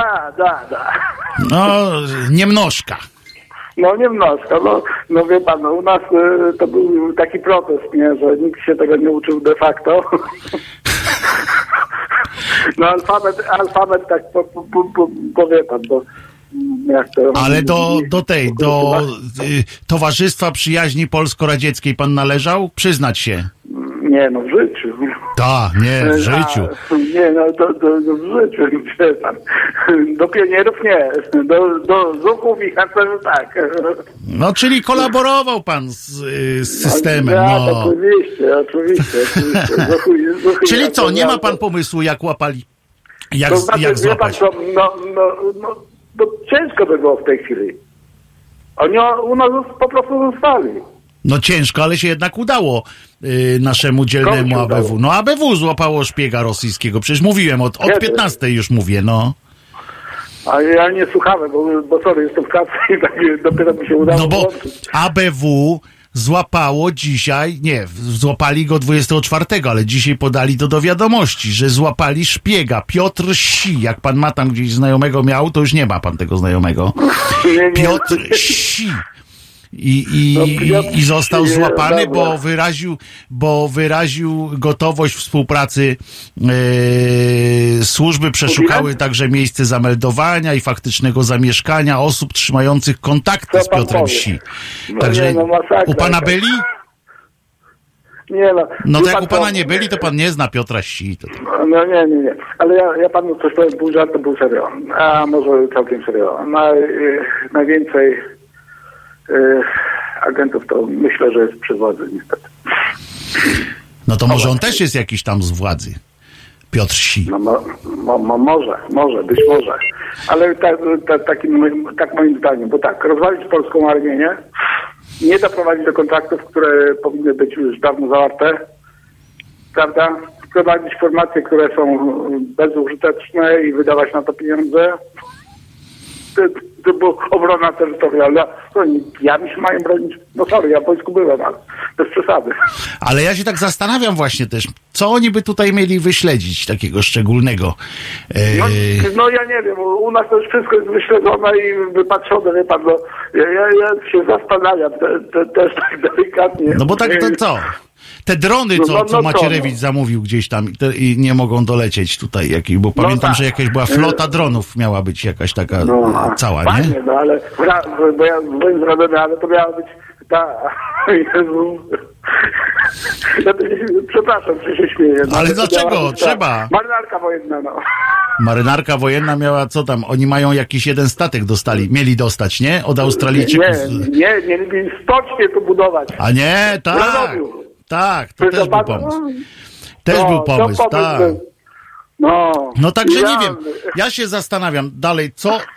No, nie mnożka. No nie mnożka, no wie pan, u nas to był taki protest, nie, że nikt się tego nie uczył de facto. No alfabet tak powie pan, bo jak to... Ale do Towarzystwa Przyjaźni Polsko-Radzieckiej pan należał? Przyznać się. Nie, no w życiu. Tak, nie, w życiu. Nie, no w życiu, wie pan. Do pionierów nie, do zuchów i harcerzy tak. No, czyli kolaborował pan z systemem, tak, no. Oczywiście. Czyli co, nie ma pan pomysłu, jak łapali, jak złapać? Pan, no ciężko by było w tej chwili. Oni u nas po prostu zostali. No ciężko, ale się jednak udało naszemu dzielnemu ABW. No ABW złapało szpiega rosyjskiego. Przecież mówiłem, od 15 już mówię, no. A ja nie słuchałem, bo sorry, jestem w pracy i tak dopiero mi się udało. No bo ABW złapało dzisiaj, złapali go 24, ale dzisiaj podali to do wiadomości, że złapali szpiega, Piotr Si. Jak pan ma tam gdzieś znajomego miał, to już nie ma pan tego znajomego. Nie. Piotr Si. I został złapany, bo wyraził gotowość współpracy. Służby przeszukały także miejsce zameldowania i faktycznego zamieszkania osób trzymających kontakty z Piotrem Si. Także u pana byli? Nie, no to jak u pana nie byli, to pan nie zna Piotra Si. No nie. Ale ja panu coś powiem, pół żart, to był serio. A może całkiem serio. Najwięcej agentów to myślę, że jest przy władzy niestety. No to może on też jest jakiś tam z władzy. Piotr Si. No może, być może. Ale tak moim zdaniem, bo tak, rozwalić polską armię, nie doprowadzić do kontraktów, które powinny być już dawno zawarte, prawda? Wprowadzić formacje, które są bezużyteczne i wydawać na to pieniądze. To była obrona terytorialna. Ja się mają bronić. No sorry, ja w wojsku byłem, ale bez przesady. Ale ja się tak zastanawiam właśnie też, co oni by tutaj mieli wyśledzić takiego szczególnego? No ja nie wiem, u nas to już wszystko jest wyśledzone i wypatrzone, wie pan, no, ja się zastanawiam też tak delikatnie. No bo tak to co? Te drony, co Macierewicz zamówił gdzieś tam i nie mogą dolecieć tutaj, bo pamiętam, że jakaś była flota dronów, miała być jakaś taka cała, fajnie, nie? No ale, bo ja byłem zrobiony, ale to miała być Jezu. Przepraszam, że się śmieję. No, ale dlaczego? Trzeba. Marynarka wojenna, no. Marynarka wojenna miała, co tam? Oni mają jakiś jeden statek mieli dostać, nie? Od Australijczyków. Nie, mieli stocznie to budować. A nie, tak. Tak, to też był pomysł. Był pomysł, tak. No także nie wiem. Ja się zastanawiam dalej,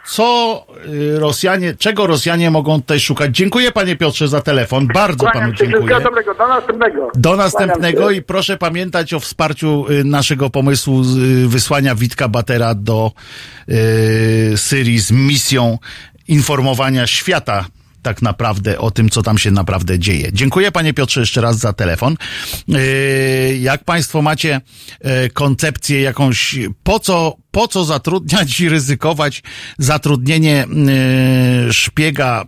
czego Rosjanie mogą tutaj szukać. Dziękuję, panie Piotrze, za telefon. Bardzo panu dziękuję. Dobrego, do następnego i proszę pamiętać o wsparciu naszego pomysłu wysłania Witka Batera do Syrii z misją informowania świata tak naprawdę o tym, co tam się naprawdę dzieje. Dziękuję, panie Piotrze, jeszcze raz za telefon. Jak państwo macie koncepcję jakąś, po po co zatrudniać i ryzykować zatrudnienie szpiega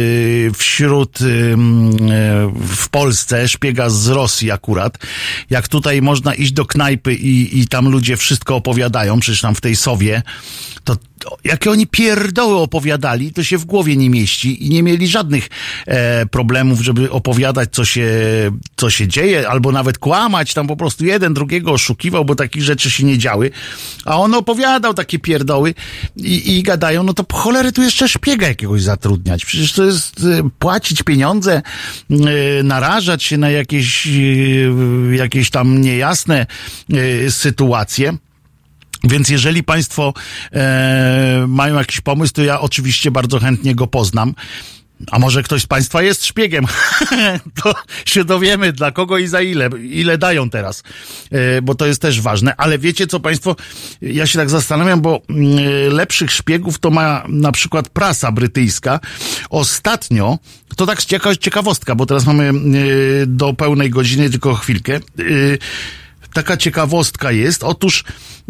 w Polsce, szpiega z Rosji akurat, jak tutaj można iść do knajpy i tam ludzie wszystko opowiadają, przecież tam w tej Sowie, to jakie oni pierdoły opowiadali, to się w głowie nie mieści i nie mieli żadnych problemów, żeby opowiadać, co się dzieje, albo nawet kłamać, tam po prostu jeden drugiego oszukiwał, bo takich rzeczy się nie działy, a on opowiadał takie pierdoły i gadają, no to po cholery tu jeszcze szpiega jakiegoś zatrudniać, przecież to jest płacić pieniądze, narażać się na jakieś tam niejasne sytuacje. Więc jeżeli państwo mają jakiś pomysł, to ja oczywiście bardzo chętnie go poznam. A może ktoś z państwa jest szpiegiem? To się dowiemy dla kogo i za ile dają teraz, bo to jest też ważne. Ale wiecie co państwo, ja się tak zastanawiam, bo lepszych szpiegów to ma na przykład prasa brytyjska. Ostatnio, to tak jakaś ciekawostka, bo teraz mamy do pełnej godziny tylko chwilkę. Taka ciekawostka jest, otóż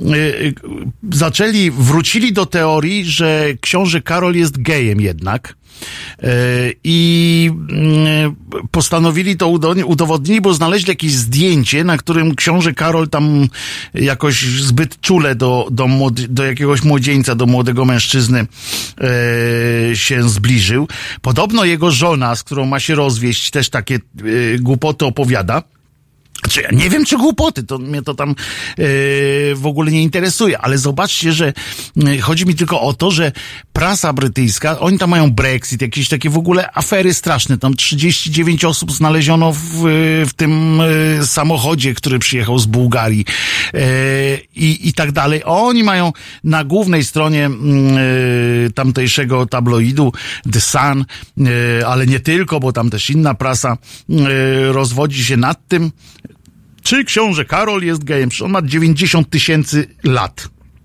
wrócili do teorii, że książę Karol jest gejem jednak i postanowili to udowodnić, bo znaleźli jakieś zdjęcie, na którym książę Karol tam jakoś zbyt czule do jakiegoś młodzieńca, do młodego mężczyzny się zbliżył. Podobno jego żona, z którą ma się rozwieść, też takie głupoty opowiada. Znaczy, ja nie wiem, czy głupoty, to mnie to tam w ogóle nie interesuje, ale zobaczcie, że chodzi mi tylko o to, że prasa brytyjska, oni tam mają Brexit, jakieś takie w ogóle afery straszne, tam 39 osób znaleziono w tym samochodzie, który przyjechał z Bułgarii i tak dalej. Oni mają na głównej stronie tamtejszego tabloidu The Sun, ale nie tylko, bo tam też inna prasa rozwodzi się nad tym, czy książę Karol jest gejem. On ma 90 000 lat.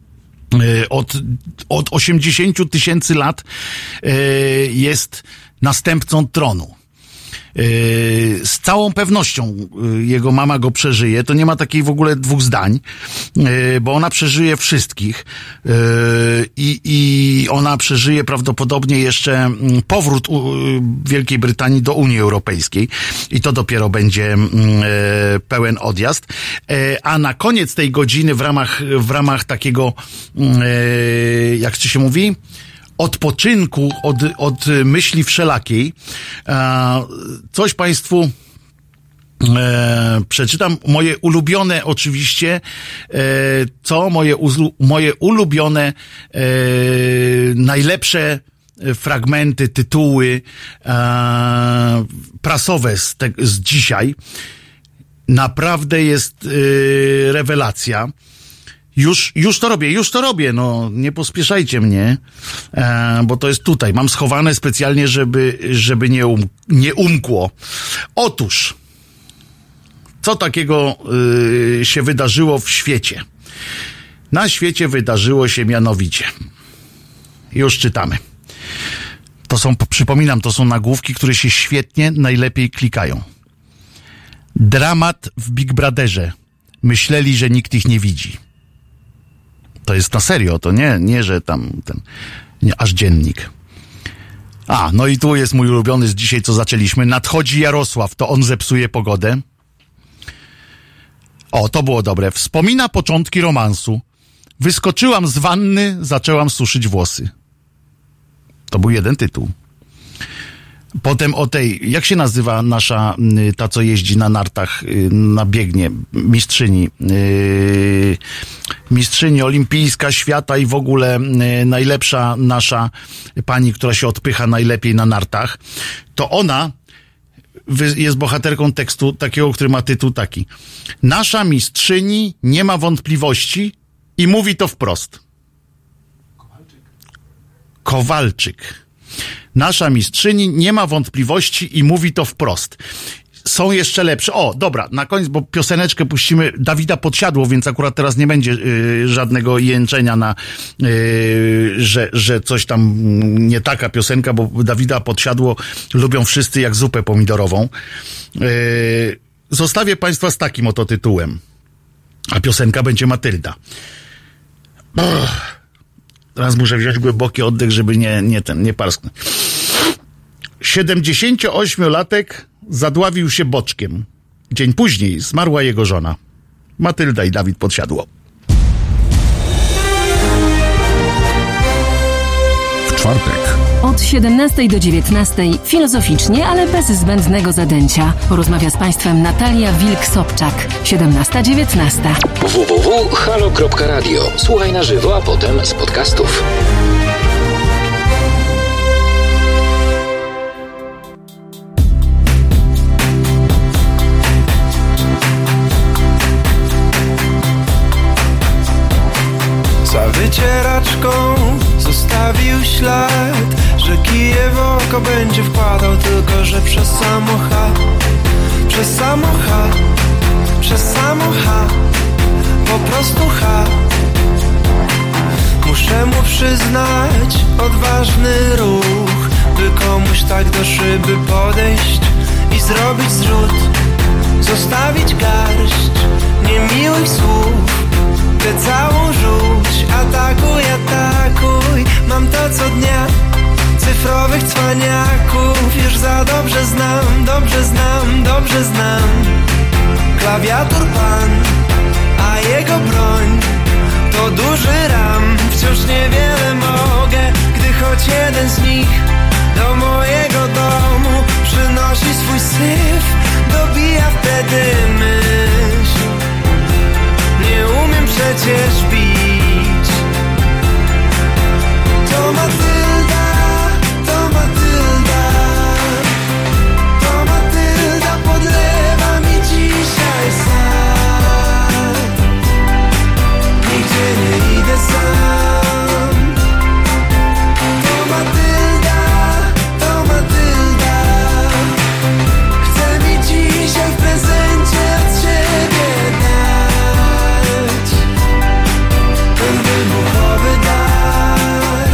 Od 80 000 lat jest następcą tronu. Z całą pewnością jego mama go przeżyje. To nie ma takiej w ogóle dwóch zdań, bo ona przeżyje wszystkich i ona przeżyje prawdopodobnie jeszcze powrót Wielkiej Brytanii do Unii Europejskiej i to dopiero będzie pełen odjazd. A na koniec tej godziny w ramach takiego, jak to się mówi, odpoczynku od myśli wszelakiej. Coś państwu przeczytam. Moje ulubione oczywiście, moje ulubione, najlepsze fragmenty, tytuły prasowe z dzisiaj. Naprawdę jest rewelacja. Już to robię, no nie pospieszajcie mnie, bo to jest tutaj. Mam schowane specjalnie, żeby nie umkło. Otóż, co takiego się wydarzyło w świecie? Na świecie wydarzyło się mianowicie. Już czytamy. Przypominam, to są nagłówki, które się świetnie, najlepiej klikają. Dramat w Big Brotherze. Myśleli, że nikt ich nie widzi. To jest na serio, to nie, że tam aż dziennik. No i tu jest mój ulubiony z dzisiaj, co zaczęliśmy. Nadchodzi Jarosław, to on zepsuje pogodę. To było dobre. Wspomina początki romansu. Wyskoczyłam z wanny, zaczęłam suszyć włosy. To był jeden tytuł. Potem o tej, jak się nazywa nasza, ta co jeździ na nartach, na biegnie, mistrzyni olimpijska świata i w ogóle najlepsza nasza pani, która się odpycha najlepiej na nartach, to ona jest bohaterką tekstu takiego, który ma tytuł taki. Nasza mistrzyni nie ma wątpliwości i mówi to wprost. Kowalczyk. Nasza mistrzyni nie ma wątpliwości i mówi to wprost. Są jeszcze lepsze. Dobra, na koniec, bo pioseneczkę puścimy Dawida Podsiadło, więc akurat teraz nie będzie żadnego jęczenia na, że coś tam nie taka piosenka, bo Dawida Podsiadło lubią wszyscy jak zupę pomidorową. Zostawię państwa z takim oto tytułem. A piosenka będzie Matylda. Teraz muszę wziąć głęboki oddech, żeby nie parsknąć. 78-latek zadławił się boczkiem. Dzień później zmarła jego żona. Matylda i Dawid Podsiadło. W czwartek. Od 17 do 19 filozoficznie, ale bez zbędnego zadęcia. Porozmawia z Państwem Natalia Wilk-Sobczak. 17-19. www.halo.radio. Słuchaj na żywo, a potem z podcastów. Za wycieraczką zostawił ślad, że kije w oko będzie wkładał, tylko że przez samo H, po prostu H. Muszę mu przyznać odważny ruch, by komuś tak do szyby podejść i zrobić zrzut, zostawić garść niemiłych słów. Tę całą rzuć, atakuj, mam to co dnia, cyfrowych cwaniaków już za dobrze znam, klawiatur pan, a jego broń to duży RAM. Wciąż niewiele mogę, gdy choć jeden z nich do mojego domu przynosi swój syf, dobija wtedy myśl. Nie umiem przecież bić. To Matylda, podlewa mi dzisiaj sad. Nigdzie nie idę sam. To Matylda, chce mi dzisiaj w prezencie od siebie dać ten wybuchowy dar.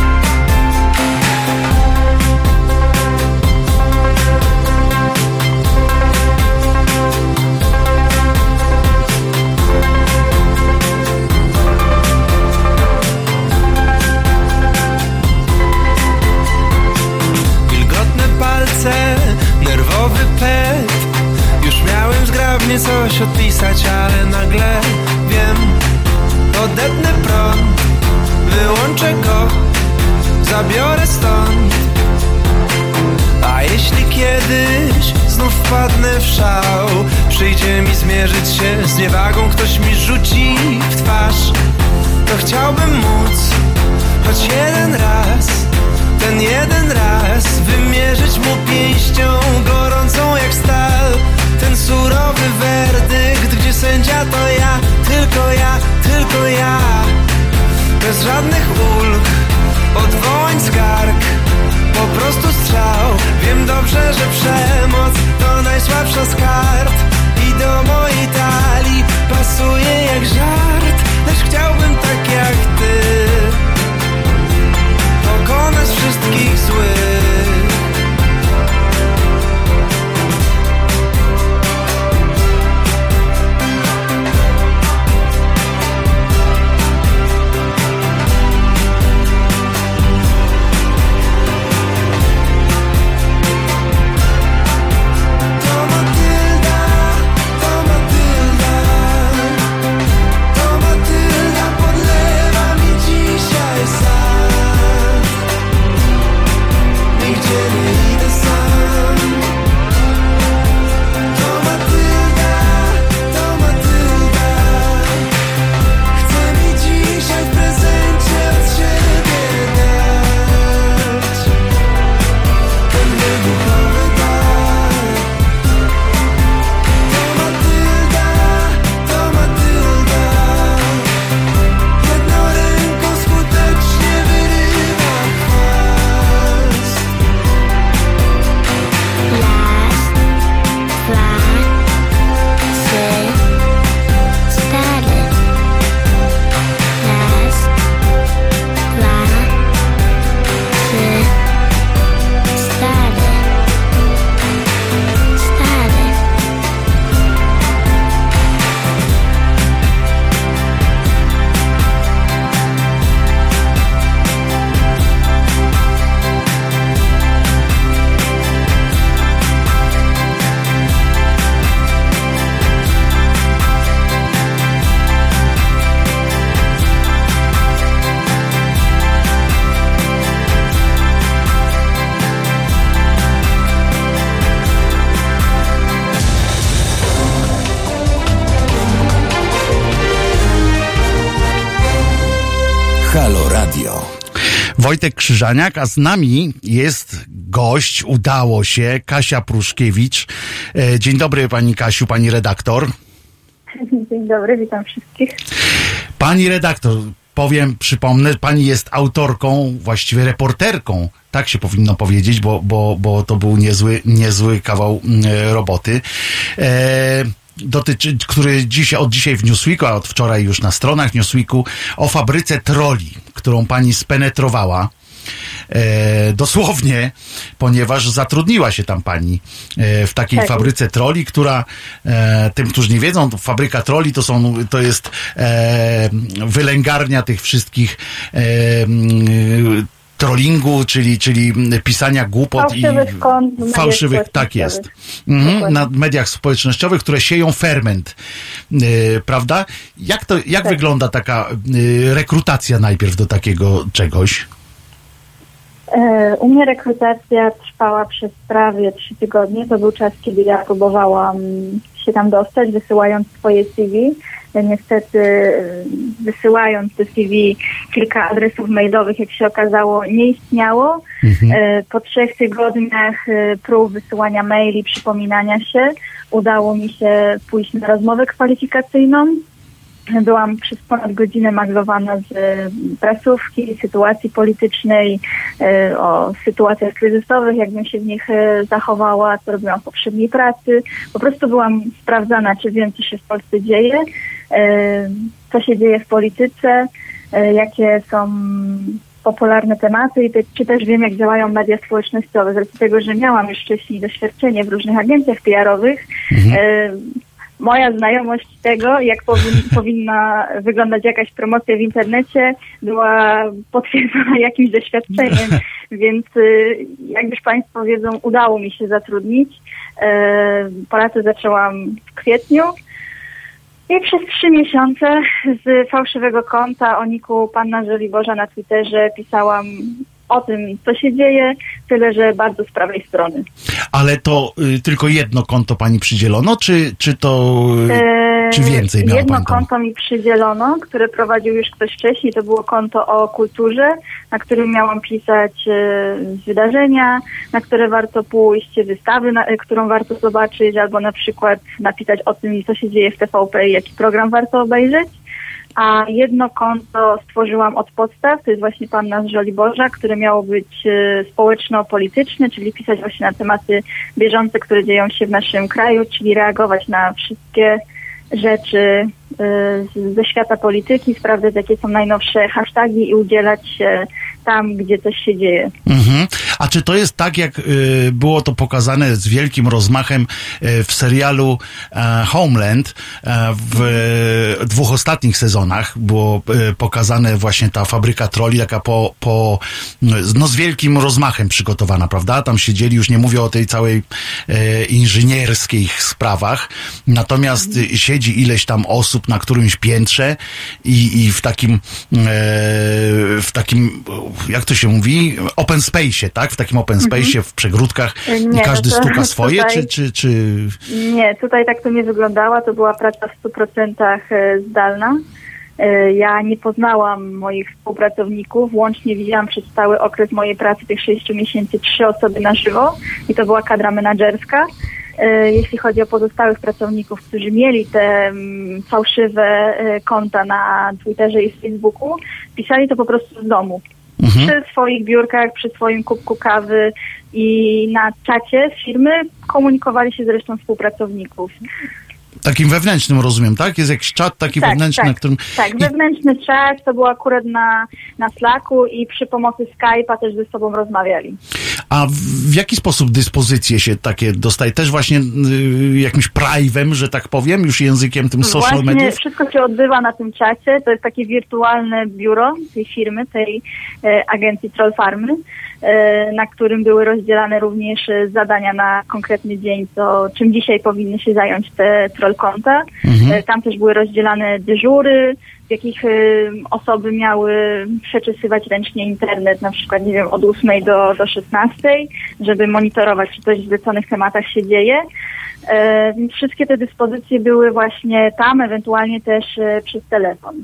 Wilgotne palce, nerwowy pet. Już miałem zgrabnie coś odpisać, ale nagle wiem, odetnę prąd, wyłączę go, zabiorę stąd. A jeśli kiedyś znów wpadnę w szał, przyjdzie mi zmierzyć się z niewagą, ktoś mi rzuci w twarz, to chciałbym móc choć jeden raz, ten jeden raz wymierzyć mu pięścią gorącą jak stal. Ten surowy werdykt, gdzie sędzia to ja, tylko ja. Bez żadnych ulg, odwołań skarg, po prostu strzał. Wiem dobrze, że przemoc to najsłabsza z kart i do mojej talii pasuje jak żart. Lecz chciałbym tak jak ty pokonać wszystkich złych. Halo Radio. Wojtek Krzyżaniak, a z nami jest gość, udało się, Kasia Pruszkiewicz. Dzień dobry pani Kasiu, pani redaktor. Dzień dobry, witam wszystkich. Pani redaktor, przypomnę, pani jest autorką, właściwie reporterką, tak się powinno powiedzieć, bo to był niezły kawał roboty. Który od dzisiaj w Newsweeku, a od wczoraj już na stronach Newsweeku, o fabryce troli, którą pani spenetrowała. Dosłownie, ponieważ zatrudniła się tam pani w takiej fabryce troli, która, tym, którzy nie wiedzą, fabryka troli to jest wylęgarnia tych wszystkich trollingu, czyli pisania głupot i fałszywych, tak jest. Na mediach społecznościowych, które sieją ferment, prawda? Jak wygląda taka rekrutacja najpierw do takiego czegoś? U mnie rekrutacja trwała przez prawie 3 tygodnie. To był czas, kiedy ja próbowałam się tam dostać, wysyłając swoje CV. Niestety wysyłając te CV, kilka adresów mailowych, jak się okazało, nie istniało. Po 3 tygodniach prób wysyłania maili, przypominania się, udało mi się pójść na rozmowę kwalifikacyjną. Byłam przez ponad godzinę maglowana z prasówki, sytuacji politycznej, o sytuacjach kryzysowych, jakbym się w nich zachowała, co robiłam w poprzedniej pracy. Po prostu byłam sprawdzana, czy wiem, co się w Polsce dzieje, co się dzieje w polityce, jakie są popularne tematy i czy też wiem, jak działają media społecznościowe. Z racji tego, że miałam już wcześniej doświadczenie w różnych agencjach PR-owych, moja znajomość tego, jak powinna wyglądać jakaś promocja w internecie, była potwierdzona jakimś doświadczeniem, więc jak już Państwo wiedzą, udało mi się zatrudnić. Pracę zaczęłam w kwietniu i przez 3 miesiące z fałszywego konta o niku Panna Żoliborza na Twitterze pisałam o tym, co się dzieje, tyle, że bardzo z prawej strony. Ale to tylko jedno konto pani przydzielono, czy to czy więcej miała jedno pani tam? Konto mi przydzielono, które prowadził już ktoś wcześniej, to było konto o kulturze, na którym miałam pisać wydarzenia, na które warto pójść, wystawy, którą warto zobaczyć, albo na przykład napisać o tym, co się dzieje w TVP i jaki program warto obejrzeć. A jedno konto stworzyłam od podstaw, to jest właśnie Panna z Żoliborza, które miało być społeczno-polityczne, czyli pisać właśnie na tematy bieżące, które dzieją się w naszym kraju, czyli reagować na wszystkie rzeczy ze świata polityki, sprawdzać, jakie są najnowsze hasztagi i udzielać się tam, gdzie coś się dzieje. A czy to jest tak, jak było to pokazane z wielkim rozmachem w serialu Homeland w 2 ostatnich sezonach było pokazane właśnie ta fabryka troli, taka z wielkim rozmachem przygotowana, prawda? Tam siedzieli, już nie mówię o tej całej inżynierskich sprawach, natomiast siedzi ileś tam osób na którymś piętrze i w takim jak to się mówi? Open space'ie, tak? W takim open space'ie, w przegródkach i każdy stuka swoje, czy... Nie, tutaj tak to nie wyglądało. To była praca w 100% zdalna. Ja nie poznałam moich współpracowników. Łącznie widziałam przez cały okres mojej pracy, tych 6 miesięcy, 3 osoby na żywo i to była kadra menadżerska. Jeśli chodzi o pozostałych pracowników, którzy mieli te fałszywe konta na Twitterze i Facebooku, pisali to po prostu z domu. Przy swoich biurkach, przy swoim kubku kawy i na czacie firmy komunikowali się z resztą współpracowników. Takim wewnętrznym, rozumiem, tak? Jest jakiś czat taki wewnętrzny, na którym... Tak, wewnętrzny czat, to było akurat na Slacku i przy pomocy Skype'a też ze sobą rozmawiali. A w jaki sposób dyspozycje się takie dostaje? Też właśnie jakimś prive'em, że tak powiem, już językiem tym social media? Właśnie wszystko się odbywa na tym czacie. To jest takie wirtualne biuro tej firmy, tej agencji Troll Farmy, na którym były rozdzielane również zadania na konkretny dzień, czym dzisiaj powinny się zająć te troll konta. Tam też były rozdzielane dyżury, w jakich osoby miały przeczesywać ręcznie internet, na przykład, nie wiem, od 8 do 16, żeby monitorować, czy coś w zleconych tematach się dzieje. Więc wszystkie te dyspozycje były właśnie tam, ewentualnie też przez telefon.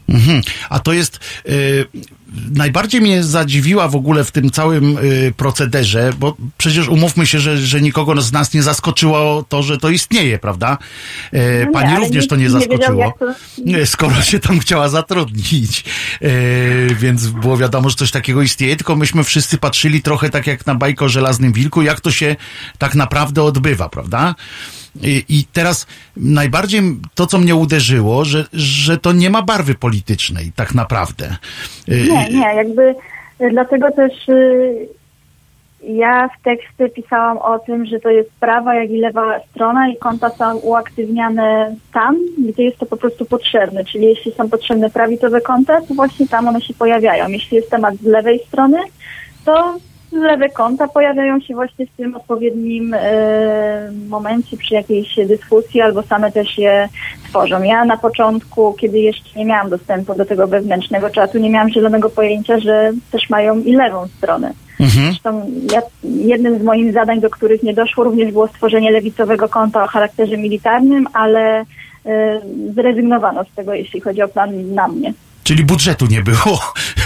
A to jest... najbardziej mnie zadziwiła w ogóle w tym całym procederze, bo przecież umówmy się, że nikogo z nas nie zaskoczyło to, że to istnieje, prawda? Pani również to nie zaskoczyło, skoro się tam chciała zatrudnić. Więc było wiadomo, że coś takiego istnieje, tylko myśmy wszyscy patrzyli trochę tak jak na bajkę o Żelaznym Wilku, jak to się tak naprawdę odbywa, prawda? I teraz najbardziej to, co mnie uderzyło, że to nie ma barwy politycznej tak naprawdę. Nie, jakby dlatego też ja w tekście pisałam o tym, że to jest prawa, jak i lewa strona i konta są uaktywniane tam, gdzie jest to po prostu potrzebne. Czyli jeśli są potrzebne prawicowe konta, to właśnie tam one się pojawiają. Jeśli jest temat z lewej strony, to lewe konta pojawiają się właśnie w tym odpowiednim momencie przy jakiejś dyskusji albo same też je tworzą. Ja na początku, kiedy jeszcze nie miałam dostępu do tego wewnętrznego czatu, nie miałam zielonego pojęcia, że też mają i lewą stronę. Zresztą jednym z moich zadań, do których nie doszło, również było stworzenie lewicowego konta o charakterze militarnym, ale zrezygnowano z tego, jeśli chodzi o plan na mnie. Czyli budżetu nie było.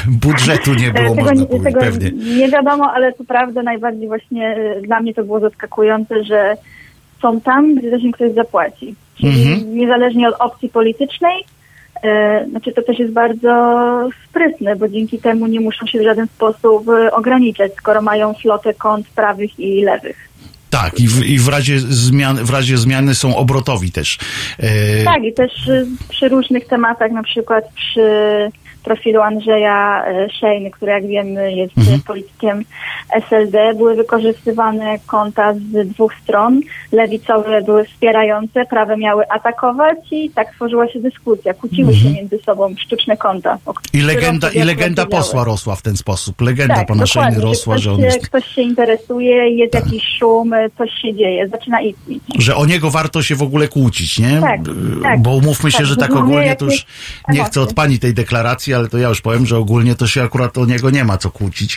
Można powiedzieć, pewnie. Nie wiadomo, ale to prawda, najbardziej właśnie dla mnie to było zaskakujące, że są tam, gdzie też im ktoś zapłaci. Czyli niezależnie od opcji politycznej, znaczy to też jest bardzo sprytnie, bo dzięki temu nie muszą się w żaden sposób ograniczać, skoro mają flotę kont prawych i lewych. Tak, i w razie zmiany są obrotowi też. Tak, i też przy różnych tematach, na przykład przy profilu Andrzeja Szejny, który jak wiemy jest politykiem SLD, były wykorzystywane konta z dwóch stron. Lewicowe były wspierające, prawe miały atakować i tak tworzyła się dyskusja. Kłóciły się między sobą sztuczne konta. I legenda posła rosła w ten sposób. Legenda pana Szejny rosła, że on jest... Ktoś się interesuje, jest jakiś szum, coś się dzieje, zaczyna istnieć. Że o niego warto się w ogóle kłócić, nie? Tak. Bo umówmy się, że tak ogólnie to już nie chcę od pani tej deklaracji, ale to ja już powiem, że ogólnie to się akurat o niego nie ma co kłócić,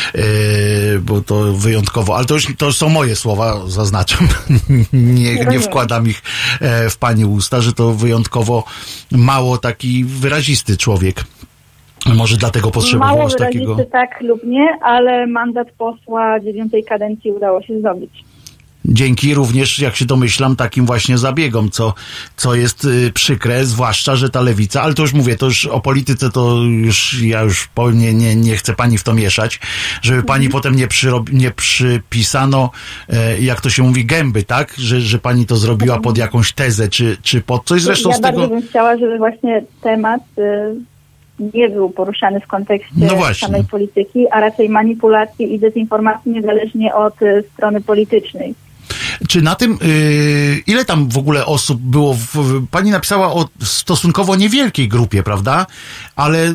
bo to wyjątkowo, ale to już są moje słowa, zaznaczam, nie wkładam ich w pani usta, że to wyjątkowo mało taki wyrazisty człowiek. Może dlatego potrzebował mało aż takiego... Mało wyrazisty tak lub nie, ale mandat posła 9. kadencji udało się zdobyć. Dzięki również, jak się domyślam, takim właśnie zabiegom, co jest przykre, zwłaszcza, że ta lewica, ale to już mówię, to już o polityce to ja już nie chcę pani w to mieszać, żeby pani potem nie przypisano, jak to się mówi, gęby, tak? Że pani to zrobiła pod jakąś tezę, czy pod coś. Zresztą ja z tego... bardzo bym chciała, żeby właśnie temat nie był poruszany w kontekście samej polityki, a raczej manipulacji i dezinformacji niezależnie od strony politycznej. Czy na tym, ile tam w ogóle osób było, pani napisała o stosunkowo niewielkiej grupie, prawda? Ale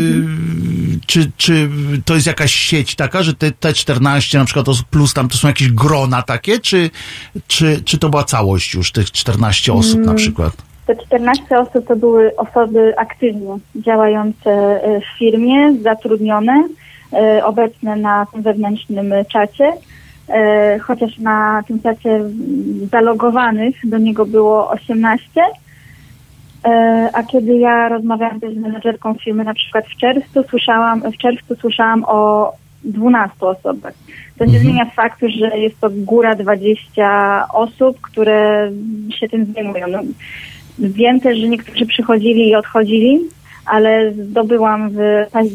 czy to jest jakaś sieć taka, że te 14 na przykład osób plus tam to są jakieś grona takie, czy to była całość już, tych 14 osób na przykład? Te 14 osób to były osoby aktywnie działające w firmie, zatrudnione, obecne na tym wewnętrznym czacie. Chociaż na tym czacie zalogowanych do niego było 18, a kiedy ja rozmawiałam też z menedżerką firmy na przykład w czerwcu słyszałam o 12 osobach. To nie zmienia faktu, że jest to góra 20 osób, które się tym zajmują. No, wiem też, że niektórzy przychodzili i odchodzili, ale zdobyłam w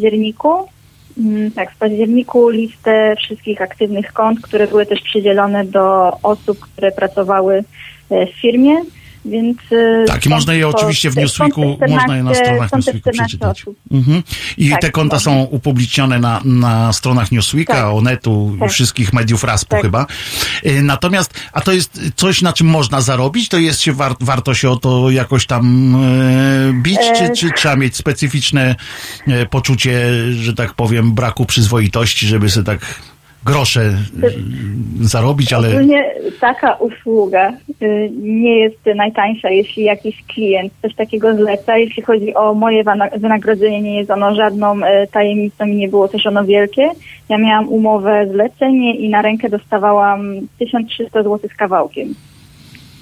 październiku listę wszystkich aktywnych kont, które były też przydzielone do osób, które pracowały w firmie, więc... Tak, i można je oczywiście w Newsweeku, można je na stronach Newsweeku przeczytać. I te konta są upublicznione na stronach Newsweeka, Onetu i wszystkich mediów RASP-u chyba. Natomiast, a to jest coś, na czym można zarobić? To jest się warto się o to jakoś tam bić, czy trzeba mieć specyficzne poczucie, że tak powiem, braku przyzwoitości, żeby sobie tak grosze zarobić, ale... Ogólnie taka usługa nie jest najtańsza, jeśli jakiś klient coś takiego zleca. Jeśli chodzi o moje wynagrodzenie, nie jest ono żadną tajemnicą i nie było też ono wielkie. Ja miałam umowę zlecenie i na rękę dostawałam 1300 zł z kawałkiem.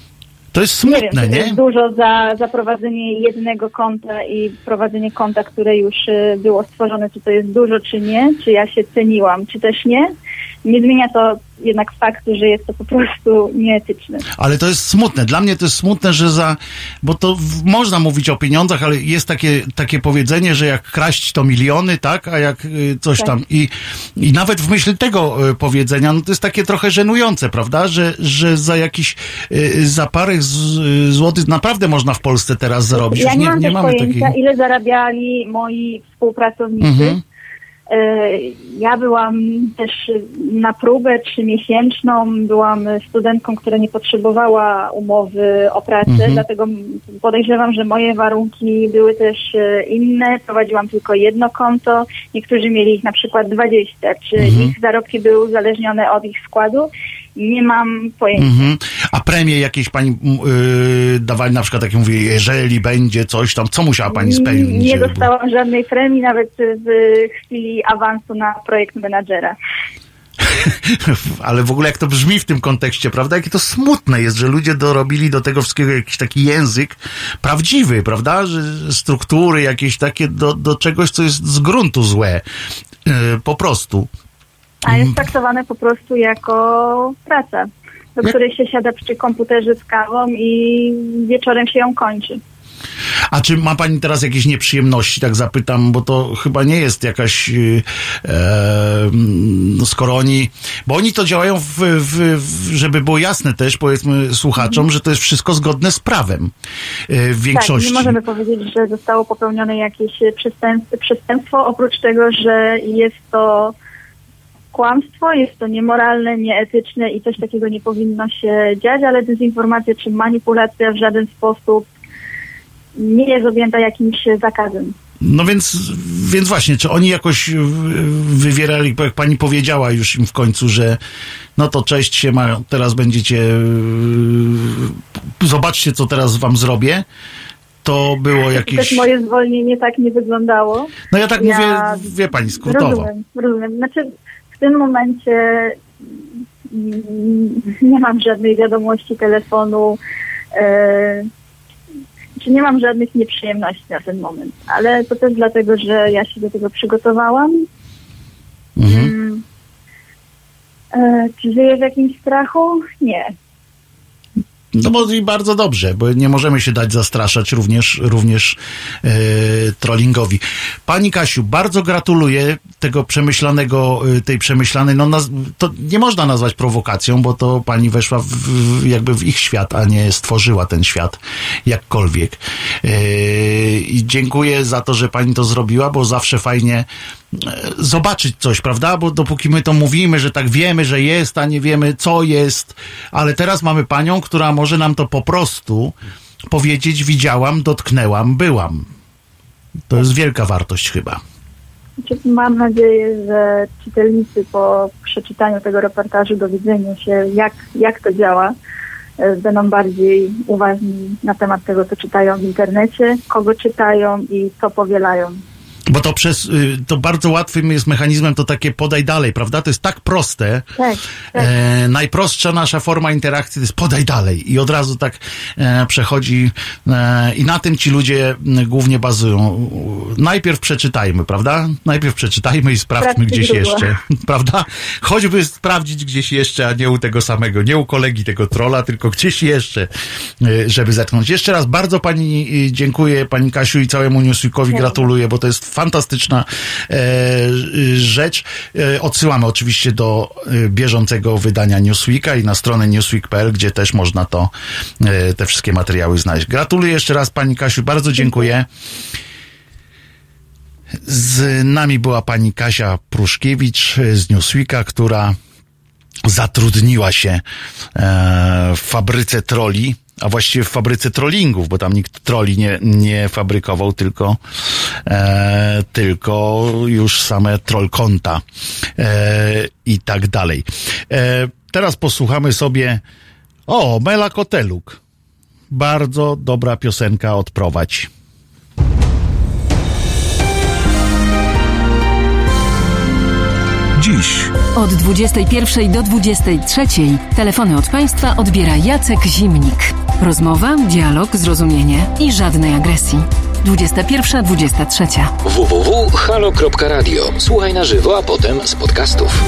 To jest smutne, nie? Wiem, czy to jest dużo za prowadzenie jednego konta i prowadzenie konta, które już było stworzone, czy to jest dużo, czy nie, czy ja się ceniłam, czy też nie. Nie zmienia to jednak faktu, że jest to po prostu nieetyczne. Ale to jest smutne. Dla mnie to jest smutne, że bo to można mówić o pieniądzach, ale jest takie powiedzenie, że jak kraść to miliony, tak? A jak coś tak. tam. I nawet w myśl tego powiedzenia, no to jest takie trochę żenujące, prawda? Że za jakiś, za parę złotych naprawdę można w Polsce teraz zarobić. Ja Już nie mamy pojęcia, takiej... ile zarabiali moi współpracownicy. Mhm. Ja byłam też na próbę 3-miesięczną, byłam studentką, która nie potrzebowała umowy o pracę, dlatego podejrzewam, że moje warunki były też inne. Prowadziłam tylko jedno konto, niektórzy mieli ich na przykład 20, czy ich zarobki były uzależnione od ich składu. Nie mam pojęcia. A premie jakieś pani dawali, na przykład, jak mówię, jeżeli będzie coś tam, co musiała pani spełnić? Nie dostałam żadnej premii, nawet w chwili awansu na projekt menadżera. Ale w ogóle jak to brzmi w tym kontekście, prawda? Jakie to smutne jest, że ludzie dorobili do tego wszystkiego jakiś taki język prawdziwy, prawda? Że struktury jakieś takie do czegoś, co jest z gruntu złe. Po prostu. A jest traktowane po prostu jako praca, do której się siada przy komputerze z kawą i wieczorem się ją kończy. A czy ma pani teraz jakieś nieprzyjemności, tak zapytam, bo to chyba nie jest jakaś, skoro bo oni to działają żeby było jasne też, powiedzmy słuchaczom, że to jest wszystko zgodne z prawem w większości. Tak, nie możemy powiedzieć, że zostało popełnione jakieś przestępstwo, oprócz tego, że jest to kłamstwo, jest to niemoralne, nieetyczne i coś takiego nie powinno się dziać, ale dezinformacja czy manipulacja w żaden sposób nie jest objęta jakimś zakazem. No więc właśnie, czy oni jakoś wywierali, jak pani powiedziała już im w końcu, że no to cześć się ma, teraz będziecie, zobaczcie co teraz wam zrobię. To było jakieś... Też moje zwolnienie tak nie wyglądało. No ja tak mówię, wie pani, skrótowo. Rozumiem. Znaczy w tym momencie nie mam żadnej wiadomości, telefonu, czy nie mam żadnych nieprzyjemności na ten moment. Ale to też dlatego, że ja się do tego przygotowałam. Czy żyję w jakimś strachu? Nie. No bo i bardzo dobrze, bo nie możemy się dać zastraszać również trollingowi. Pani Kasiu, bardzo gratuluję tego tej przemyślanej, to nie można nazwać prowokacją, bo to pani weszła jakby w ich świat, a nie stworzyła ten świat jakkolwiek. I dziękuję za to, że pani to zrobiła, bo zawsze fajnie zobaczyć coś, prawda? Bo dopóki my to mówimy, że tak wiemy, że jest, a nie wiemy, co jest, ale teraz mamy panią, która może nam to po prostu powiedzieć, widziałam, dotknęłam, byłam. To jest wielka wartość chyba. Mam nadzieję, że czytelnicy po przeczytaniu tego reportażu, dowiedzeniu się, jak to działa, będą bardziej uważni na temat tego, co czytają w internecie, kogo czytają i co powielają. Bo to bardzo łatwym jest mechanizmem to takie podaj dalej, prawda? To jest tak proste. Tak. Najprostsza nasza forma interakcji to jest podaj dalej. I od razu tak przechodzi i na tym ci ludzie głównie bazują. Najpierw przeczytajmy, prawda? Najpierw przeczytajmy i sprawdźmy gdzieś jeszcze. Prawda? Choćby sprawdzić gdzieś jeszcze, a nie u tego samego, nie u kolegi tego trolla, tylko gdzieś jeszcze, żeby zetknąć. Jeszcze raz bardzo pani dziękuję, pani Kasiu i całemu Newsweekowi gratuluję, bo to jest fantastyczna rzecz. Odsyłamy oczywiście do bieżącego wydania Newsweeka i na stronę newsweek.pl, gdzie też można te wszystkie materiały znaleźć. Gratuluję jeszcze raz pani Kasiu, bardzo dziękuję. Z nami była pani Kasia Pruszkiewicz z Newsweeka, która zatrudniła się w fabryce trolli, a właściwie w fabryce trollingów, bo tam nikt trolli nie fabrykował, tylko już same troll konta i tak dalej. Teraz posłuchamy sobie Mela Koteluk. Bardzo dobra piosenka, Odprowadź. dziś. Od 21 do 23 telefony od Państwa odbiera Jacek Zimnik. Rozmowa, dialog, zrozumienie i żadnej agresji. 21:23. www.halo.radio. Słuchaj na żywo, a potem z podcastów.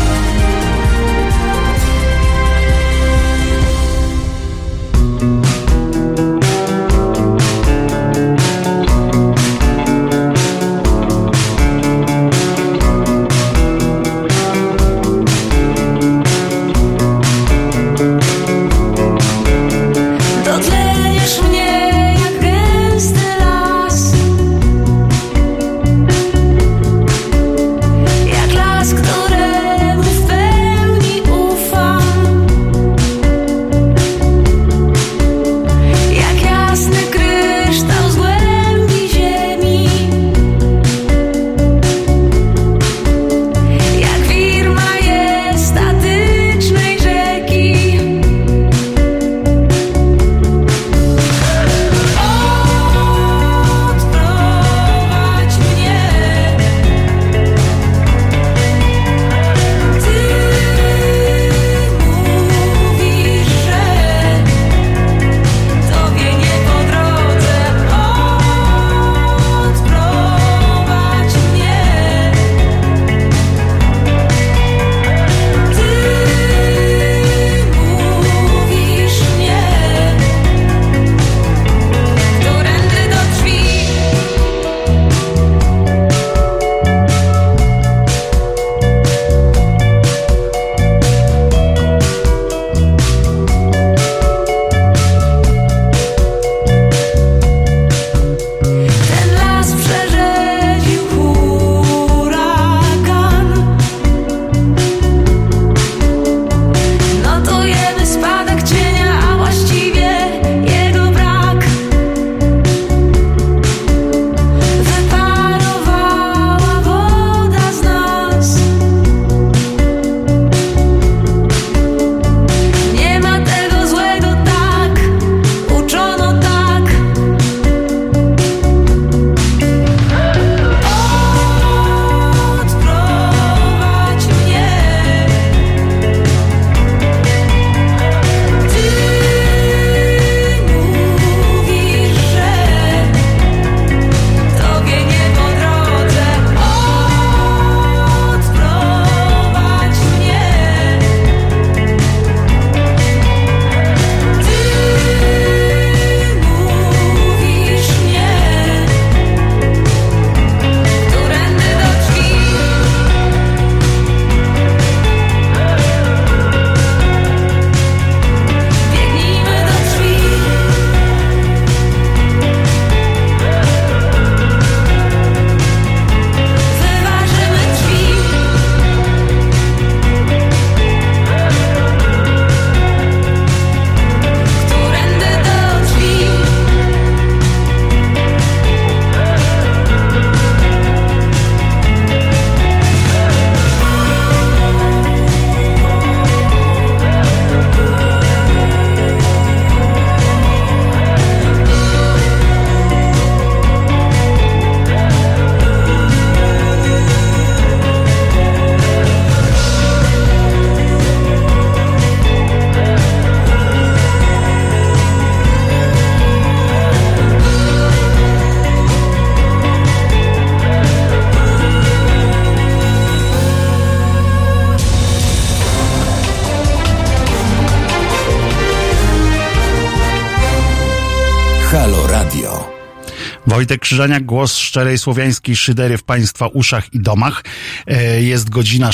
Halo Radio. Wojtek Krzyżaniak, głos szczerej słowiańskiej szydery w Państwa uszach i domach. Jest godzina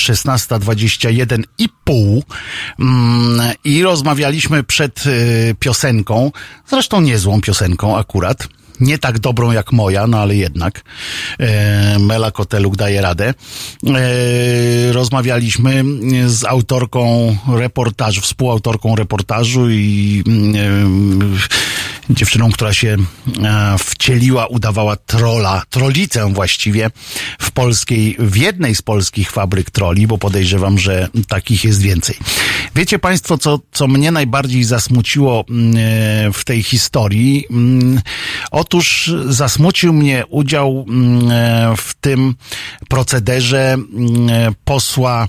16:21:30 i rozmawialiśmy przed piosenką, zresztą niezłą piosenką akurat. Nie tak dobrą jak moja, no ale jednak Mela Koteluk daje radę. Rozmawialiśmy z autorką reportażu, współautorką reportażu i dziewczyną, która się wcieliła, udawała trolicę właściwie w jednej z polskich fabryk troli, bo podejrzewam, że takich jest więcej. Wiecie państwo, co mnie najbardziej zasmuciło w tej historii? Otóż zasmucił mnie udział w tym procederze posła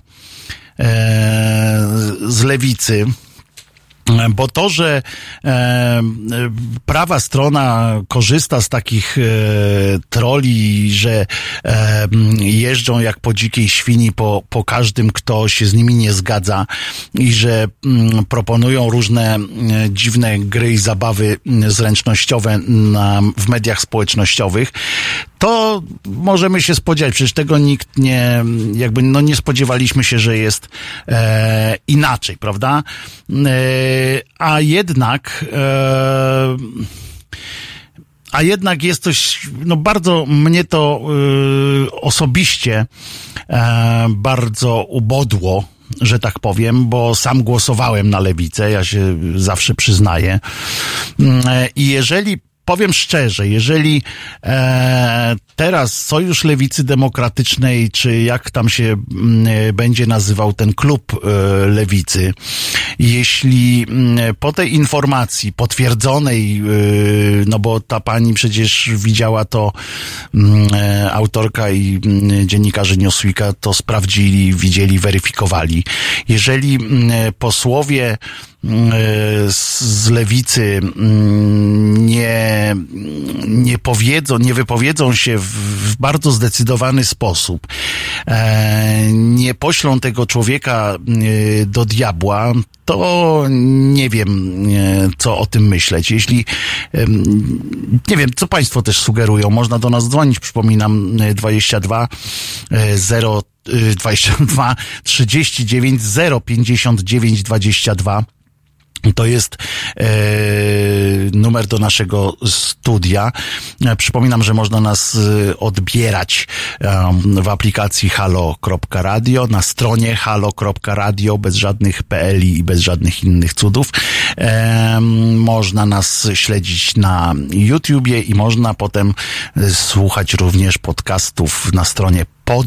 z Lewicy, bo to, że prawa strona korzysta z takich troli, że jeżdżą jak po dzikiej świni po każdym, kto się z nimi nie zgadza i że proponują różne dziwne gry i zabawy zręcznościowe w mediach społecznościowych, to możemy się spodziewać. Przecież tego nikt nie spodziewaliśmy się, że jest inaczej, prawda? A jednak jest coś, bardzo mnie to osobiście bardzo ubodło, że tak powiem, bo sam głosowałem na Lewicę, ja się zawsze przyznaję. I powiem szczerze, jeżeli teraz Sojusz Lewicy Demokratycznej, czy jak tam się będzie nazywał ten klub Lewicy, jeśli po tej informacji potwierdzonej, bo ta pani przecież widziała to, autorka i dziennikarze Newsweeka to sprawdzili, widzieli, weryfikowali. Jeżeli posłowie z Lewicy nie wypowiedzą się w bardzo zdecydowany sposób, nie poślą tego człowieka do diabła, to nie wiem, co o tym myśleć. Jeśli, nie wiem, co państwo też sugerują, można do nas dzwonić, przypominam, 22 39 059 22. To jest numer do naszego studia. Przypominam, że można nas odbierać w aplikacji halo.radio, na stronie halo.radio, bez żadnych PL i bez żadnych innych cudów. Można nas śledzić na YouTubie i można potem słuchać również podcastów na stronie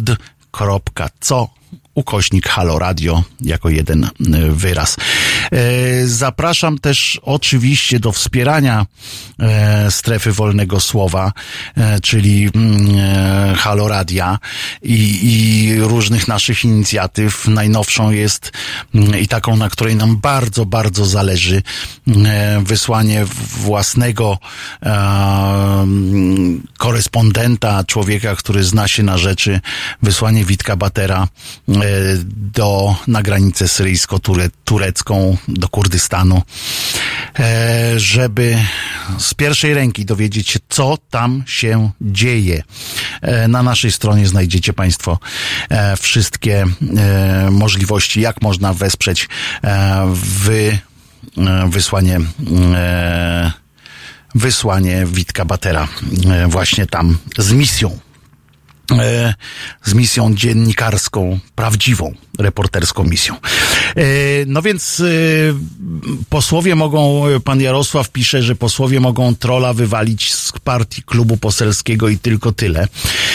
pod.co/Halo Radio jako jeden wyraz. Zapraszam też oczywiście do wspierania strefy wolnego słowa, czyli Halo Radia i różnych naszych inicjatyw. Najnowszą jest i taką, na której nam bardzo, bardzo zależy, wysłanie własnego korespondenta, człowieka, który zna się na rzeczy, wysłanie Witka Batera na granicę syryjsko-turecką, do Kurdystanu, żeby z pierwszej ręki dowiedzieć się, co tam się dzieje. Na naszej stronie znajdziecie państwo wszystkie możliwości, jak można wesprzeć wysłanie Witka Batera właśnie tam z misją dziennikarską, prawdziwą, reporterską misją. No więc posłowie mogą, pan Jarosław pisze, że posłowie mogą trolla wywalić z partii, klubu poselskiego i tylko tyle.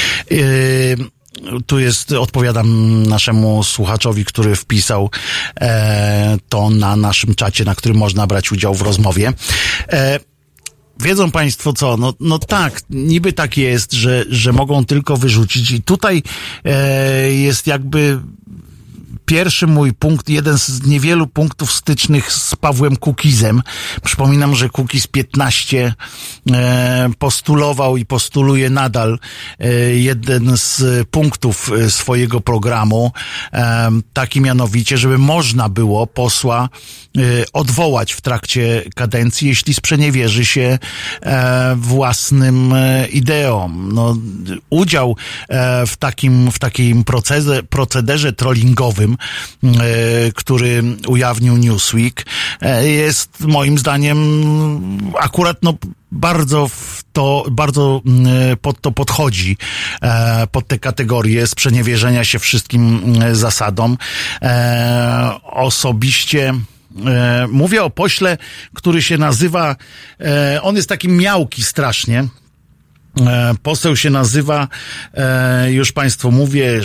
Tu odpowiadam naszemu słuchaczowi, który wpisał to na naszym czacie, na którym można brać udział w rozmowie. Wiedzą państwo co, no tak, niby tak jest, że mogą tylko wyrzucić i tutaj jest jakby pierwszy mój punkt, jeden z niewielu punktów stycznych z Pawłem Kukizem. Przypominam, że Kukiz 15 postulował i postuluje nadal jeden z punktów swojego programu, taki mianowicie, żeby można było posła odwołać w trakcie kadencji, jeśli sprzeniewierzy się własnym ideom. No, udział w takim procederze trollingowym, który ujawnił Newsweek, jest moim zdaniem akurat bardzo pod to podchodzi, pod te kategorie sprzeniewierzenia się wszystkim zasadom. Osobiście Mówię o pośle, który się nazywa, on jest taki miałki strasznie. Poseł się nazywa, już państwu mówię,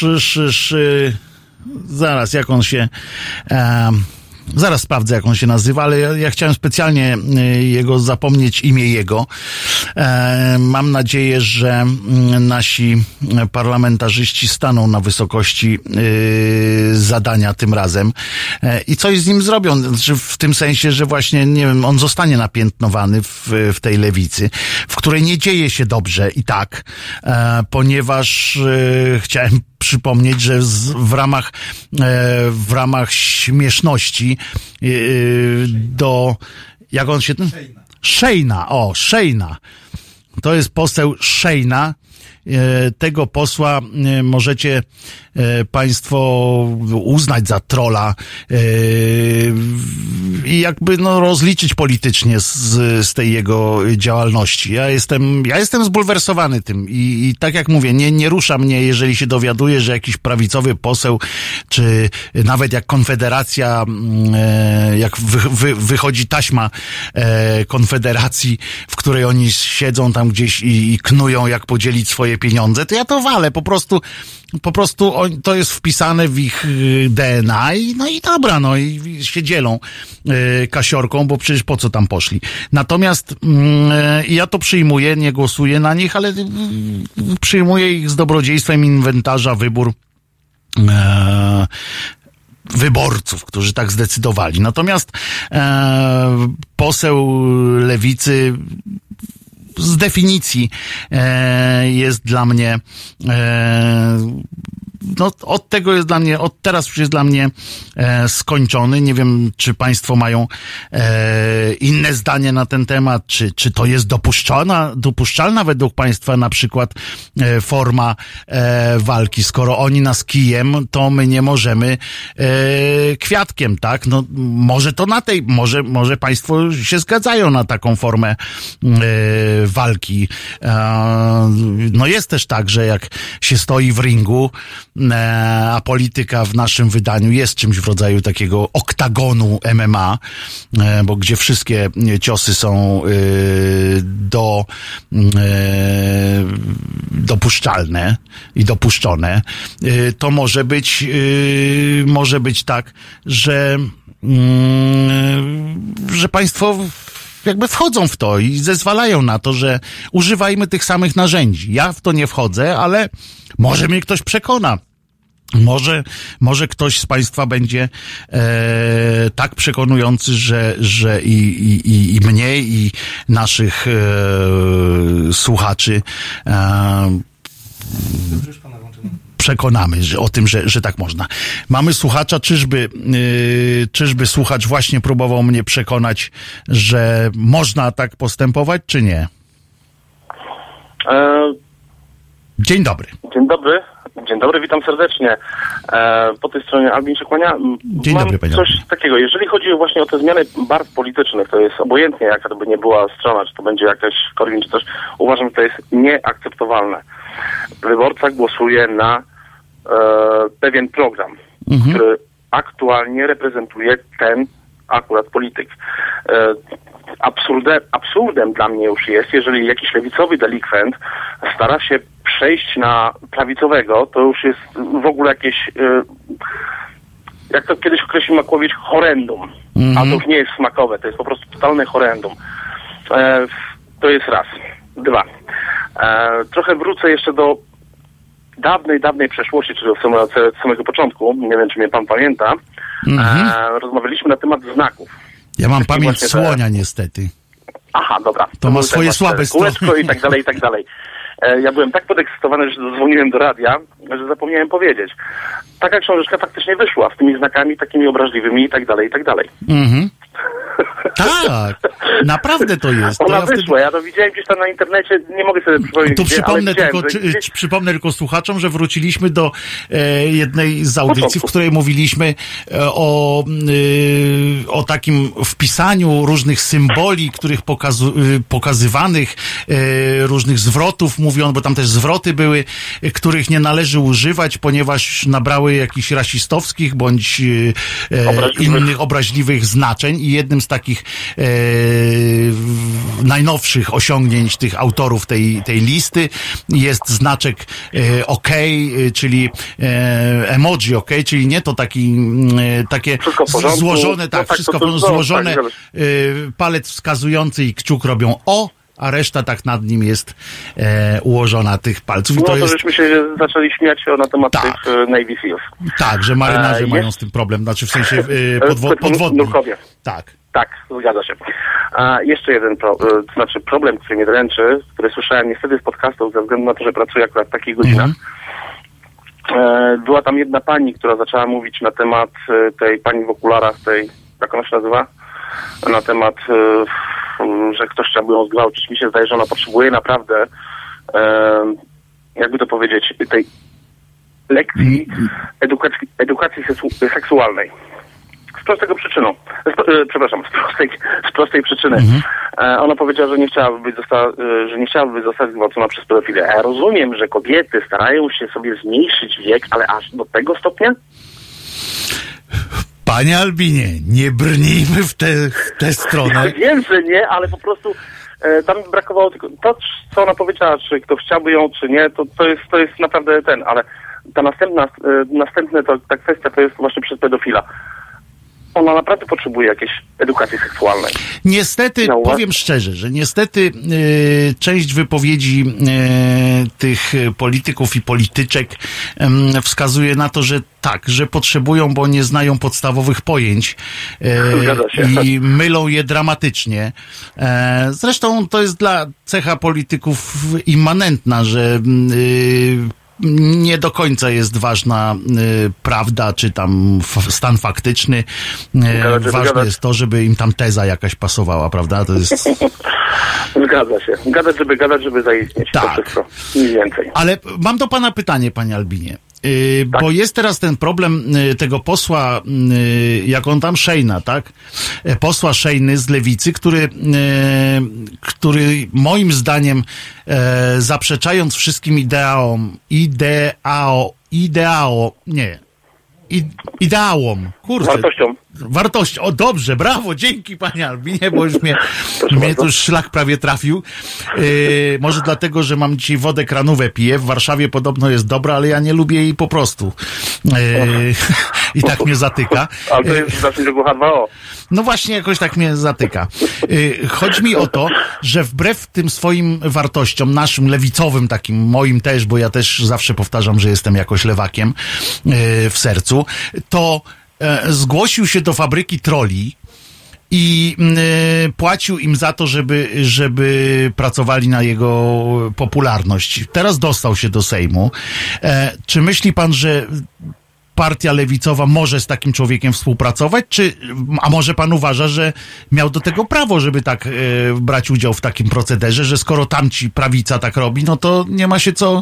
zaraz jak on się, zaraz sprawdzę jak on się nazywa, ale ja chciałem specjalnie zapomnieć imię jego. Mam nadzieję, że nasi parlamentarzyści staną na wysokości zadania tym razem i coś z nim zrobią, w tym sensie, że właśnie, nie wiem, on zostanie napiętnowany w tej lewicy, w której nie dzieje się dobrze i tak, ponieważ chciałem przypomnieć, że w ramach śmieszności jak on się... Szejna. To jest poseł Szejna. Tego posła możecie państwo uznać za i jakby rozliczyć politycznie z tej jego działalności. Ja jestem zbulwersowany tym i tak jak mówię, nie rusza mnie, jeżeli się dowiaduję, że jakiś prawicowy poseł, czy nawet jak Konfederacja, jak wychodzi taśma Konfederacji, w której oni siedzą tam gdzieś i knują, jak podzielić swoje pieniądze, to ja to walę. Po prostu to jest wpisane w ich DNA i dobra, i się dzielą kasiorką, bo przecież po co tam poszli. Natomiast ja to przyjmuję, nie głosuję na nich, ale przyjmuję ich z dobrodziejstwem inwentarza wybór wyborców, którzy tak zdecydowali. Natomiast poseł lewicy z definicji jest dla mnie od tego jest dla mnie, od teraz już jest dla mnie skończony. Nie wiem, czy państwo mają inne zdanie na ten temat, czy to jest dopuszczalna według państwa na przykład forma walki. Skoro oni nas kijem, to my nie możemy kwiatkiem, tak? Może to może państwo się zgadzają na taką formę walki. Jest też tak, że jak się stoi w ringu, a polityka w naszym wydaniu jest czymś w rodzaju takiego oktagonu MMA, bo gdzie wszystkie ciosy są dopuszczalne i dopuszczone, to może być tak, że państwo jakby wchodzą w to i zezwalają na to, że używajmy tych samych narzędzi. Ja w to nie wchodzę, ale może mnie ktoś przekona. Może ktoś z państwa będzie tak przekonujący, że i mnie, i naszych słuchaczy przekonamy o tym, że tak można. Mamy słuchacza, czyżby słuchacz właśnie próbował mnie przekonać, że można tak postępować, czy nie? Dzień dobry. Dzień dobry, witam serdecznie. Po tej stronie Albin się kłania. Dzień dobry, panie. Coś takiego, jeżeli chodzi właśnie o te zmiany barw politycznych, to jest obojętnie, jaka to by nie była strona, czy to będzie jakaś Korwin, czy coś, uważam, że to jest nieakceptowalne. Wyborca głosuje na pewien program, który aktualnie reprezentuje ten akurat polityk. Absurdem dla mnie już jest, jeżeli jakiś lewicowy delikwent stara się przejść na prawicowego, to już jest w ogóle jakieś, jak to kiedyś określił Makłowicz, horrendum. A to już nie jest smakowe, to jest po prostu totalne horrendum. To jest raz. Dwa. Trochę wrócę jeszcze do dawnej przeszłości, czyli od samego początku. Nie wiem, czy mnie pan pamięta. Rozmawialiśmy na temat znaków. Ja mam pamięć słonia niestety. Aha, dobra. To ma swoje słabe strony. Kółeczko i tak dalej, i tak dalej. Ja byłem tak podekscytowany, że zadzwoniłem do radia, że zapomniałem powiedzieć. Taka książeczka faktycznie wyszła z tymi znakami takimi obraźliwymi i tak dalej, i tak dalej. Tak, naprawdę to jest. Ona wyszła, ja to widziałem gdzieś tam na internecie, nie mogę sobie przypomnieć. Tu gdzie, przypomnę tylko, gdzieś... przypomnę tylko słuchaczom, że wróciliśmy do jednej z audycji, w której mówiliśmy o takim wpisaniu różnych symboli, których pokazywanych, różnych zwrotów mówiono, bo tam też zwroty były, których nie należy używać, ponieważ nabrały jakichś rasistowskich bądź innych obraźliwych znaczeń i jednym z takich najnowszych osiągnięć tych autorów tej listy jest znaczek OK, czyli emoji OK, czyli nie to takie złożone, tak, no, wszystko tak, złożone, tak, palec wskazujący i kciuk robią O, a reszta tak nad nim jest ułożona tych palców. I no to jest... żeśmy się zaczęli śmiać na temat tych Navy Seals. Tak, że marynarze mają z tym problem, znaczy w sensie podwodnym. Nurkowie. Tak. Tak, zgadza się. A jeszcze jeden problem, który mnie dręczy, który słyszałem niestety z podcastów ze względu na to, że pracuję akurat w takich godzinach. Była tam jedna pani, która zaczęła mówić na temat tej pani w okularach, jak ona się nazywa? Na temat, że ktoś chciałby ją zgwałcić. Mi się zdaje, że ona potrzebuje naprawdę, jakby to powiedzieć, tej lekcji edukacji seksualnej. Z prostego przyczyną. Z prostej przyczyny. Ona powiedziała, że nie chciałaby być zostać zgwałcona przez pedofilę. Ja rozumiem, że kobiety starają się sobie zmniejszyć wiek, ale aż do tego stopnia? Panie Albinie, nie brnijmy w tę stronę. Ja wiem, że nie, ale po prostu tam brakowało tylko to, co ona powiedziała, czy ktoś chciałby ją, czy nie, to jest naprawdę ale ta następna ta kwestia to jest właśnie przez pedofila. Ona naprawdę potrzebuje jakiejś edukacji seksualnej. Niestety, powiem szczerze, że niestety część wypowiedzi tych polityków i polityczek wskazuje na to, że tak, że potrzebują, bo nie znają podstawowych pojęć i mylą je dramatycznie. Zresztą to jest dla cecha polityków immanentna, że nie do końca jest ważna prawda, czy tam stan faktyczny. Ważne jest to, żeby im tam teza jakaś pasowała, prawda? To jest... Zgadza się. Gadać, żeby zaistnieć. Tak. To wszystko. Nic więcej. Ale mam do pana pytanie, panie Albinie. Tak. Bo jest teraz ten problem tego posła, jak on tam, Szejna, tak? Posła Szejny z Lewicy, który moim zdaniem zaprzeczając wszystkim ideałom, kurczę. Wartością. O, dobrze, brawo, dzięki panie Albinie, bo już mnie tu szlak prawie trafił. Może dlatego, że mam dzisiaj wodę kranówę piję. W Warszawie podobno jest dobra, ale ja nie lubię jej po prostu. I tak mnie zatyka. Ale to jest znacznie tego H2O. No właśnie, jakoś tak mnie zatyka. Chodzi mi o to, że wbrew tym swoim wartościom, naszym lewicowym, takim moim też, bo ja też zawsze powtarzam, że jestem jakoś lewakiem w sercu, to zgłosił się do fabryki troli i płacił im za to, żeby pracowali na jego popularność. Teraz dostał się do Sejmu. Czy myśli pan, że partia lewicowa może z takim człowiekiem współpracować, a może pan uważa, że miał do tego prawo, żeby tak brać udział w takim procederze, że skoro tamci prawica tak robi, no to nie ma się co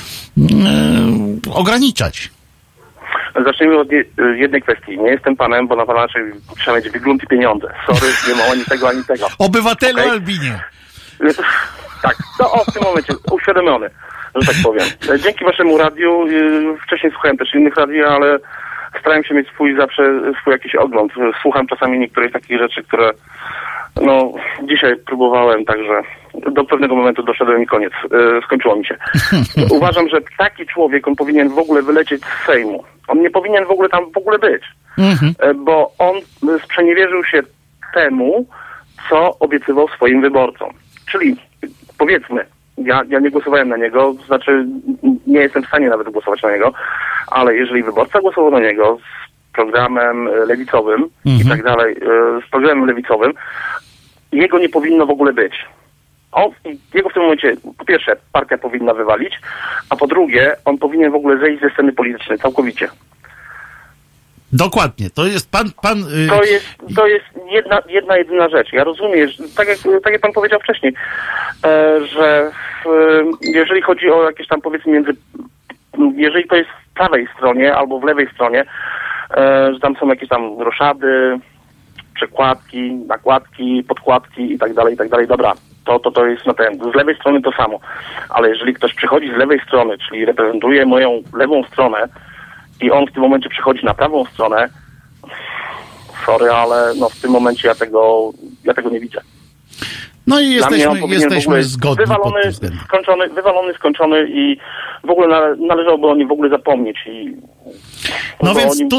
ograniczać? Zacznijmy od jednej kwestii. Nie jestem panem, bo na pana trzeba mieć wygląd i pieniądze. Sorry, nie ma ani tego, ani tego. Obywatelu Albinie. Tak, to w tym momencie uświadomiony, że tak powiem. Dzięki waszemu radiu, wcześniej słuchałem też innych radiów, ale starałem się mieć swój jakiś ogląd. Słucham czasami niektórych takich rzeczy, które dzisiaj próbowałem, także do pewnego momentu doszedłem i koniec. Skończyło mi się. Uważam, że taki człowiek, on powinien w ogóle wylecieć z Sejmu. On nie powinien w ogóle tam być. Bo on sprzeniewierzył się temu, co obiecywał swoim wyborcom. Czyli, powiedzmy, ja nie głosowałem na niego, znaczy nie jestem w stanie nawet głosować na niego, ale jeżeli wyborca głosował na niego z programem lewicowym i tak dalej, z programem lewicowym, jego nie powinno w ogóle być. Jego w tym momencie, po pierwsze, partia powinna wywalić, a po drugie, on powinien w ogóle zejść ze sceny politycznej całkowicie. Dokładnie. To jest pan... To jest jedna jedyna rzecz. Ja rozumiem, że, tak jak pan powiedział wcześniej, że jeżeli chodzi o jakieś tam, powiedzmy, jeżeli to jest w prawej stronie albo w lewej stronie, że tam są jakieś tam roszady, przekładki, nakładki, podkładki i tak dalej, dobra. To jest z lewej strony to samo. Ale jeżeli ktoś przychodzi z lewej strony, czyli reprezentuje moją lewą stronę i on w tym momencie przychodzi na prawą stronę, sorry, ale no w tym momencie ja tego nie widzę. No i jesteśmy zgodni pod tym względem. Skończony i w ogóle należałoby o nim w ogóle zapomnieć. No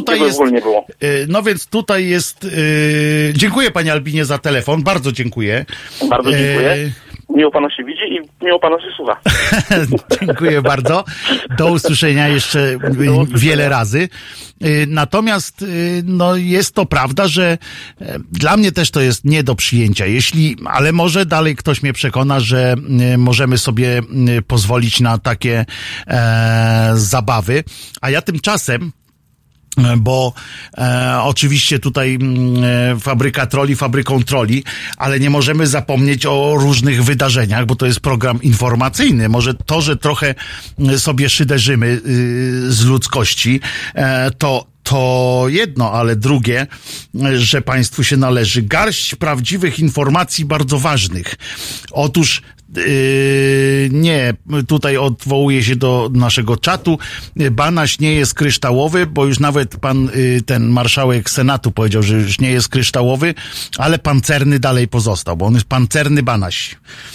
więc tutaj jest... Dziękuję panie Albinie za telefon, bardzo dziękuję. Bardzo dziękuję. Miło pana się widzi i miło pana się słucha. Dziękuję bardzo. Do usłyszenia jeszcze wiele razy. Natomiast no jest to prawda, że dla mnie też to jest nie do przyjęcia. Ale może dalej ktoś mnie przekona, że możemy sobie pozwolić na takie zabawy. A ja tymczasem, bo oczywiście tutaj fabryka troli fabryką troli, ale nie możemy zapomnieć o różnych wydarzeniach, bo to jest program informacyjny. Może to, że trochę sobie szyderzymy z ludzkości, to jedno, ale drugie, że państwu się należy garść prawdziwych informacji bardzo ważnych. Otóż nie, tutaj odwołuję się do naszego czatu. Banaś nie jest kryształowy, bo już nawet ten marszałek Senatu powiedział, że już nie jest kryształowy, ale pancerny dalej pozostał, bo on jest pancerny Banaś.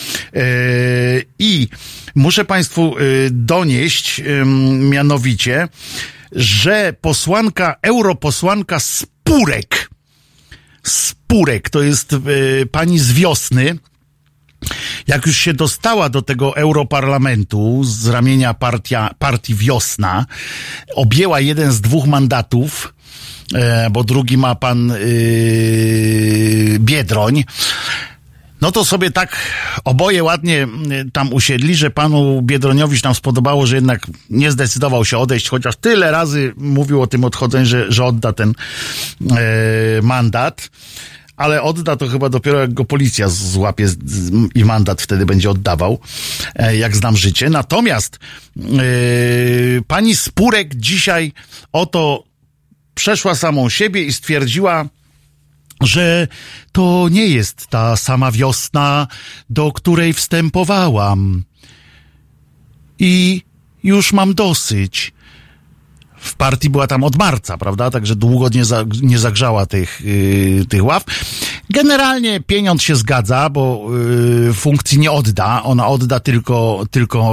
I muszę państwu donieść mianowicie, że europosłanka Spurek, to jest pani z Wiosny, jak już się dostała do tego Europarlamentu z ramienia partii Wiosna, objęła jeden z 2 mandatów, bo drugi ma pan Biedroń, no to sobie tak oboje ładnie tam usiedli, że panu Biedroniowi się tam spodobało, że jednak nie zdecydował się odejść, chociaż tyle razy mówił o tym odchodzeniu, że odda ten mandat. Ale odda to chyba dopiero jak go policja złapie i mandat wtedy będzie oddawał, jak znam życie. Natomiast pani Spurek dzisiaj oto przeszła samą siebie i stwierdziła, że to nie jest ta sama Wiosna, do której wstępowałam. I już mam dosyć. W partii była tam od marca, prawda? Także długo nie zagrzała tych ław. Generalnie pieniądz się zgadza, bo funkcji nie odda. Ona odda tylko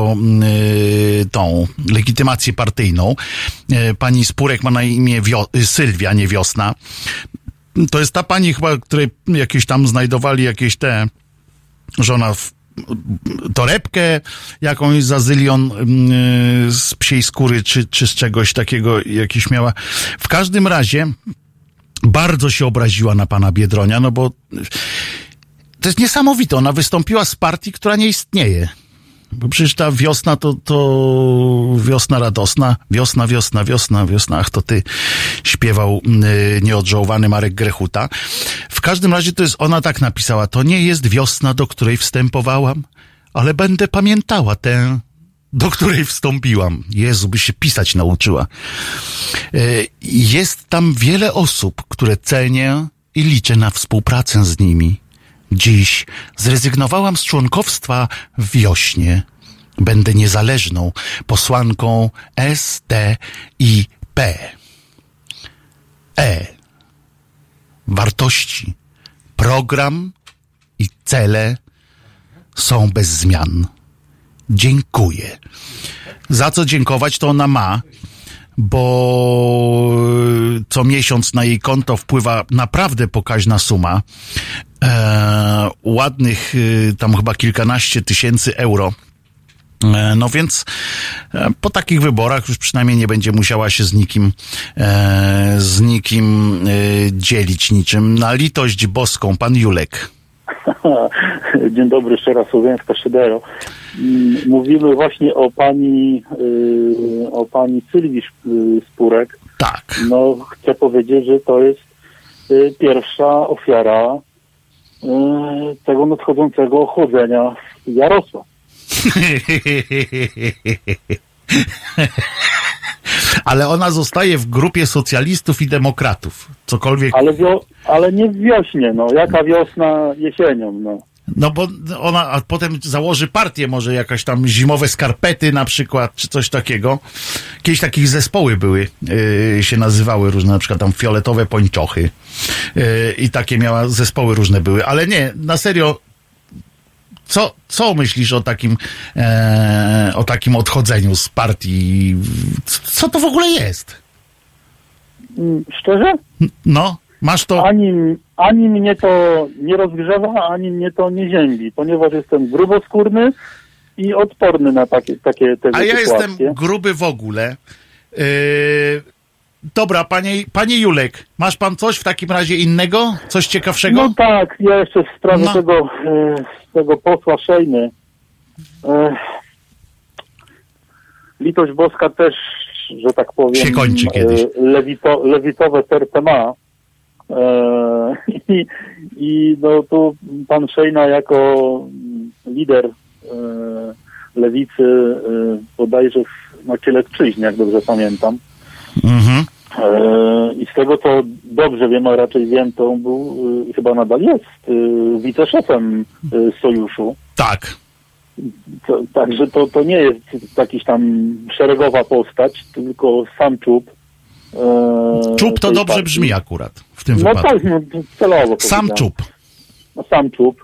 tą legitymację partyjną. Pani Spurek ma na imię Sylwia, nie Wiosna. To jest ta pani chyba, której jakieś tam znajdowali że ona torebkę jakąś z Azylion z psiej skóry, czy z czegoś takiego jakiś miała. W każdym razie bardzo się obraziła na pana Biedronia, no bo to jest niesamowite. Ona wystąpiła z partii, która nie istnieje. Bo przecież ta Wiosna to wiosna radosna. Wiosna. Ach, to ty śpiewał nieodżałowany Marek Grechuta. W każdym razie ona tak napisała. To nie jest wiosna, do której wstępowałam, ale będę pamiętała tę, do której wstąpiłam. Jezu, by się pisać nauczyła. Jest tam wiele osób, które cenię i liczę na współpracę z nimi. Dziś zrezygnowałam z członkowstwa w Wiośnie. Będę niezależną posłanką STIP. Wartości, program i cele są bez zmian. Dziękuję. Za co dziękować to ona ma, bo co miesiąc na jej konto wpływa naprawdę pokaźna suma. Ładnych tam chyba kilkanaście tysięcy euro. No więc po takich wyborach już przynajmniej nie będzie musiała się z nikim dzielić niczym. Na litość boską, pan Julek. Dzień dobry, jeszcze raz Słowiańska Szydero. Mówimy właśnie o pani Sylwii Spurek. Tak. No chcę powiedzieć, że to jest pierwsza ofiara tego nadchodzącego chodzenia Jarosław. Ale ona zostaje w grupie socjalistów i demokratów. Cokolwiek. Ale nie w wiośnie, no. Jaka wiosna jesienią, no. No bo ona a potem założy partię, może jakaś tam zimowe skarpety na przykład, czy coś takiego. Kiedyś takich zespoły były, się nazywały różne, na przykład tam fioletowe pończochy. I takie miała, zespoły różne były. Ale nie, na serio, co myślisz o takim odchodzeniu z partii? Co to w ogóle jest? Szczerze? No, masz to... Ani mnie to nie rozgrzewa, ani mnie to nie ziębi, ponieważ jestem gruboskórny i odporny na takie tego A ja sytuacje. jestem gruby w ogóle. Dobra, panie Julek, masz pan coś w takim razie innego? Coś ciekawszego? No tak, ja jeszcze w sprawie tego posła Szejny. Litość boska też, że tak powiem, się kończy kiedyś. Lewicowe serce ma. I no tu pan Szejna jako lider lewicy bodajże na Kielecczyźnie, jak dobrze pamiętam. Mhm. I z tego co dobrze wiem, a raczej wiem, to był chyba nadal jest wiceszefem sojuszu. Tak. Także to nie jest jakiś tam szeregowa postać, tylko sam czub. Czub to dobrze brzmi akurat w tym wypadku. Tak, no celowo. Sam czub. No, sam czub.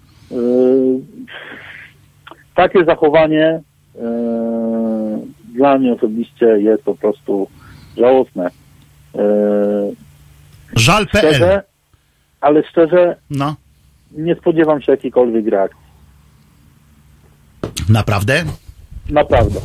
Takie zachowanie dla mnie osobiście jest po prostu żałosne. Żal.pl. Ale szczerze, no. Nie spodziewam się jakiejkolwiek reakcji. Naprawdę? Naprawdę.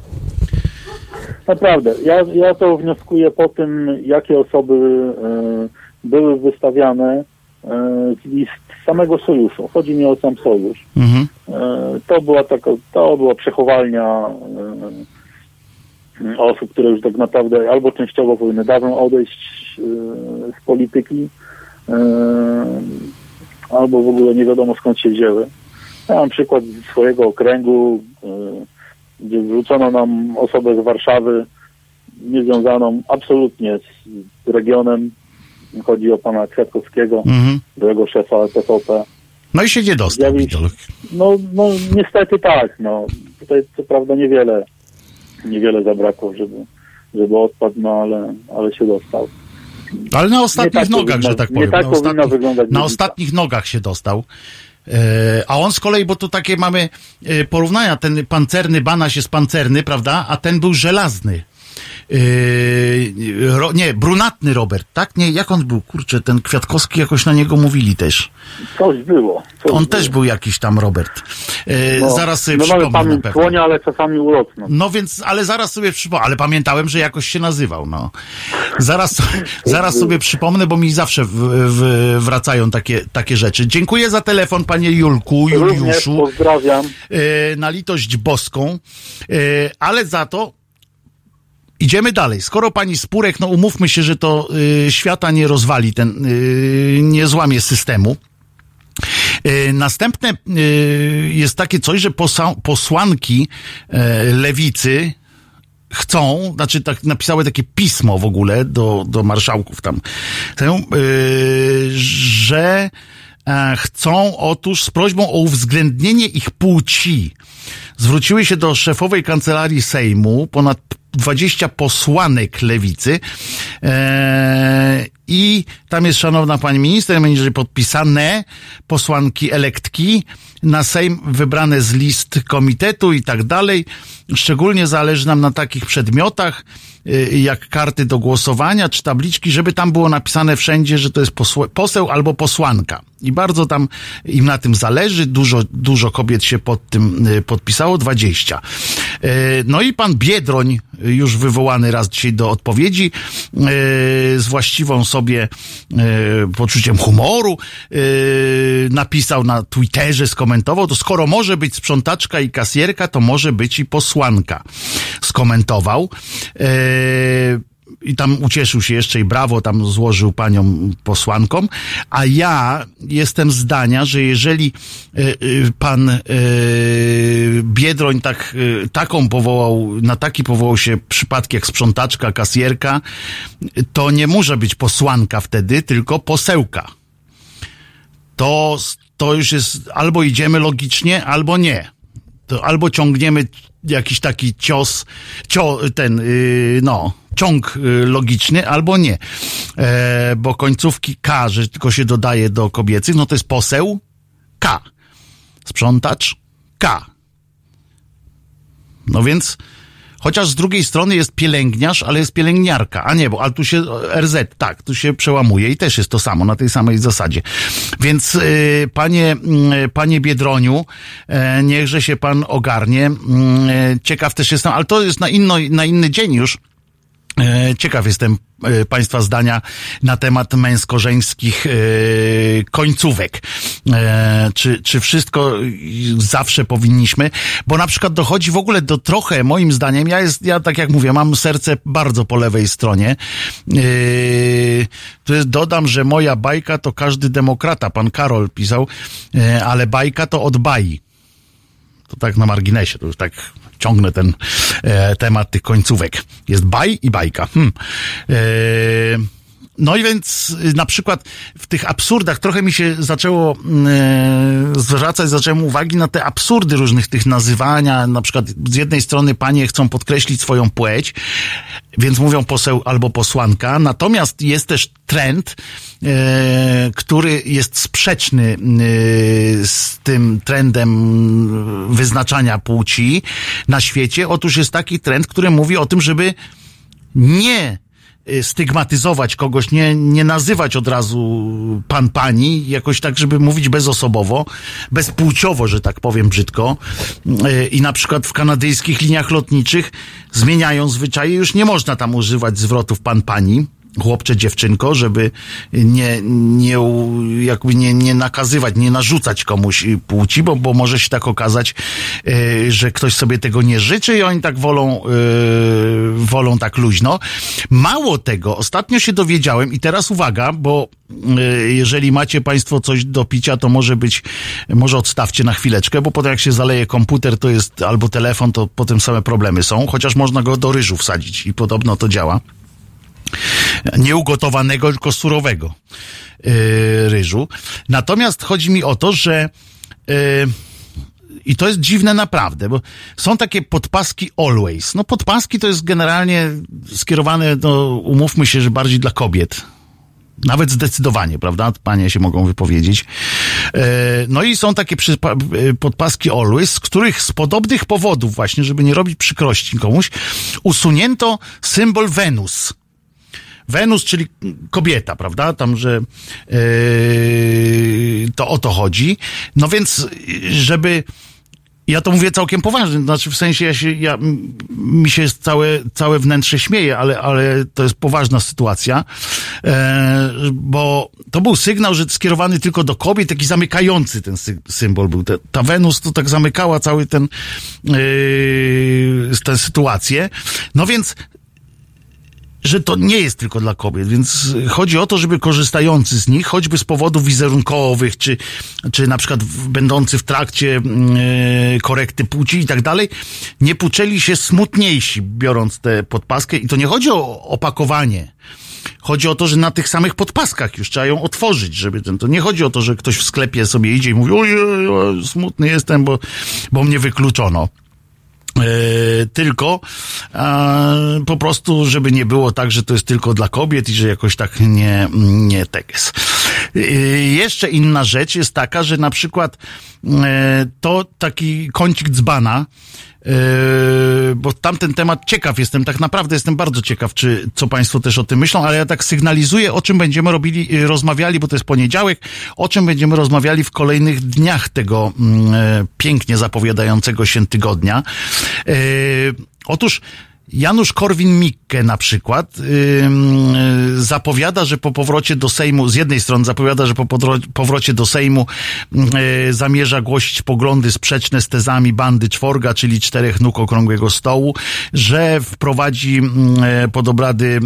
Ja to wnioskuję po tym, jakie osoby były wystawiane z list samego sojuszu. Chodzi mi o sam sojusz. Mhm. To była przechowalnia osób, które już tak naprawdę albo częściowo powinny dawno odejść z polityki, albo w ogóle nie wiadomo skąd się wzięły. Ja mam przykład z swojego okręgu, gdzie wrzucono nam osobę z Warszawy, niezwiązaną absolutnie z regionem. Chodzi o pana Kwiatkowskiego, byłego szefa TVP. No i się nie dostał. No niestety tak. No. Tutaj co prawda niewiele zabrakło, żeby odpadł, no ale się dostał. Ale na ostatnich nogach, że tak powiem. Na ostatnich nogach się dostał. A on z kolei, bo tu takie mamy porównania, ten pancerny Banaś jest pancerny, prawda? A ten był żelazny. Brunatny Robert, tak? Nie, jak on był? Kurczę, ten Kwiatkowski jakoś na niego mówili też. Coś było. Też był jakiś tam Robert. Zaraz sobie przypomnę na pewno. Słonia, ale czasami ulotno. No więc, ale zaraz sobie przypomnę, ale pamiętałem, że jakoś się nazywał, no. Zaraz sobie przypomnę, bo mi zawsze wracają takie rzeczy. Dziękuję za telefon, panie Juliuszu. Również pozdrawiam. Na litość boską. Ale za to idziemy dalej. Skoro pani Spurek, no umówmy się, że to świata nie rozwali, nie złamie systemu. Następne jest takie coś, że posłanki lewicy chcą, znaczy tak napisały takie pismo w ogóle do marszałków tam, że chcą otóż z prośbą o uwzględnienie ich płci. Zwróciły się do szefowej kancelarii Sejmu ponad 20 posłanek lewicy i tam jest, szanowna pani minister, będzie podpisane posłanki elektki na Sejm wybrane z list komitetu i tak dalej. Szczególnie zależy nam na takich przedmiotach jak karty do głosowania czy tabliczki, żeby tam było napisane wszędzie, że to jest poseł albo posłanka. I bardzo tam im na tym zależy. Dużo kobiet się pod tym podpisało, 20. No i pan Biedroń, już wywołany raz dzisiaj do odpowiedzi, z właściwą sobie poczuciem humoru, napisał na Twitterze, skomentował, to skoro może być sprzątaczka i kasjerka, to może być i posłanka. Skomentował. i tam ucieszył się jeszcze i brawo tam złożył paniom posłankom, a ja jestem zdania, że jeżeli pan Biedroń na taki powołał się przypadek jak sprzątaczka, kasjerka, to nie może być posłanka wtedy, tylko posełka. To już jest, albo idziemy logicznie, albo nie. To albo ciągniemy jakiś taki ciąg logiczny, albo nie. Bo końcówki K, że tylko się dodaje do kobiecych, no to jest poseł K. Sprzątacz K. No więc, chociaż z drugiej strony jest pielęgniarz, ale jest pielęgniarka. A nie, ale tu się RZ, tak, tu się przełamuje i też jest to samo, na tej samej zasadzie. Więc panie Biedroniu, niechże się pan ogarnie. Ciekaw też jestem, ale to jest na inny dzień już. Ciekaw jestem państwa zdania na temat męsko-żeńskich końcówek. Czy wszystko zawsze powinniśmy? Bo na przykład dochodzi w ogóle do trochę, moim zdaniem, ja tak jak mówię, mam serce bardzo po lewej stronie. Dodam, że moja bajka to każdy demokrata, pan Karol pisał, ale bajka to od baji. To tak na marginesie, to już tak ciągnę ten temat tych końcówek. Jest baj i bajka. No i więc na przykład w tych absurdach trochę mi się zaczęło zacząłem uwagi na te absurdy różnych tych nazywania. Na przykład z jednej strony panie chcą podkreślić swoją płeć, więc mówią poseł albo posłanka. Natomiast jest też trend, który jest sprzeczny z tym trendem wyznaczania płci na świecie. Otóż jest taki trend, który mówi o tym, żeby nie stygmatyzować kogoś, nie nazywać od razu pan, pani, jakoś tak, żeby mówić bezosobowo, bezpłciowo, że tak powiem brzydko. I na przykład w kanadyjskich liniach lotniczych zmieniają zwyczaje, już nie można tam używać zwrotów pan, pani, chłopcze, dziewczynko, żeby nie nakazywać, nie narzucać komuś płci, bo może się tak okazać, że ktoś sobie tego nie życzy i oni tak wolą tak luźno. Mało tego, ostatnio się dowiedziałem i teraz uwaga, bo jeżeli macie państwo coś do picia, to może odstawcie na chwileczkę, bo potem jak się zaleje komputer, to jest albo telefon, to potem same problemy są, chociaż można go do ryżu wsadzić i podobno to działa. Nie ugotowanego, tylko surowego ryżu. Natomiast chodzi mi o to, że i to jest dziwne naprawdę, bo są takie podpaski always. No podpaski to jest generalnie skierowane, umówmy się, że bardziej dla kobiet. Nawet zdecydowanie, prawda? Panie się mogą wypowiedzieć. No i są takie podpaski always, z których z podobnych powodów właśnie, żeby nie robić przykrości komuś, usunięto symbol Wenus. Wenus, czyli kobieta, prawda? Tam, że to o to chodzi. No więc, żeby... Ja to mówię całkiem poważnie, znaczy w sensie mi się całe wnętrze śmieje, ale to jest poważna sytuacja, bo to był sygnał, że skierowany tylko do kobiet, taki zamykający ten symbol był. Ta Wenus to tak zamykała cały tę sytuację. No więc że to nie jest tylko dla kobiet, więc chodzi o to, żeby korzystający z nich, choćby z powodów wizerunkowych, czy na przykład będący w trakcie korekty płci i tak dalej, nie poczęli się smutniejsi, biorąc tę podpaskę. I to nie chodzi o opakowanie. Chodzi o to, że na tych samych podpaskach już trzeba ją otworzyć, żeby to nie chodzi o to, że ktoś w sklepie sobie idzie i mówi, ojej, smutny jestem, bo mnie wykluczono. Tylko po prostu, żeby nie było tak, że to jest tylko dla kobiet i że jakoś tak nie teges. Jeszcze inna rzecz jest taka, że na przykład to taki kącik dzbana, bo tamten temat jestem bardzo ciekaw, co państwo też o tym myślą, ale ja tak sygnalizuję, o czym będziemy rozmawiali, bo to jest poniedziałek, o czym będziemy rozmawiali w kolejnych dniach tego pięknie zapowiadającego się tygodnia. Otóż Janusz Korwin-Mikke na przykład zapowiada, że po powrocie do Sejmu, z jednej strony zapowiada, że po powrocie do Sejmu zamierza głosić poglądy sprzeczne z tezami bandy czworga, czyli 4 nóg okrągłego stołu, że wprowadzi pod obrady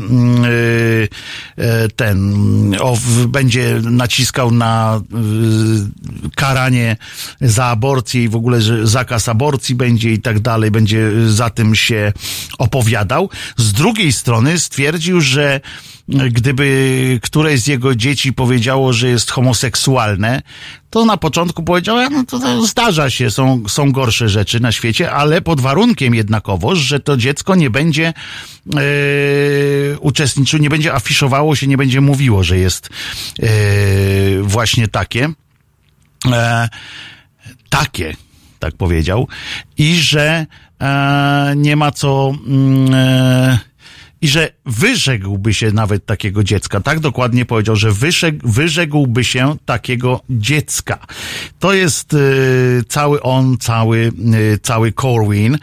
będzie naciskał na karanie za aborcję i w ogóle, że zakaz aborcji będzie i tak dalej, będzie za tym się opowiadał. Z drugiej strony stwierdził, że gdyby któreś z jego dzieci powiedziało, że jest homoseksualne, to na początku powiedział, no to zdarza się, są gorsze rzeczy na świecie, ale pod warunkiem jednakowoż, że to dziecko nie będzie uczestniczyło, nie będzie afiszowało się, nie będzie mówiło, że jest właśnie takie, tak powiedział, i że nie ma co i że wyrzekłby się nawet takiego dziecka. Tak dokładnie powiedział, że wyrzekłby się takiego dziecka. To jest cały Corwin.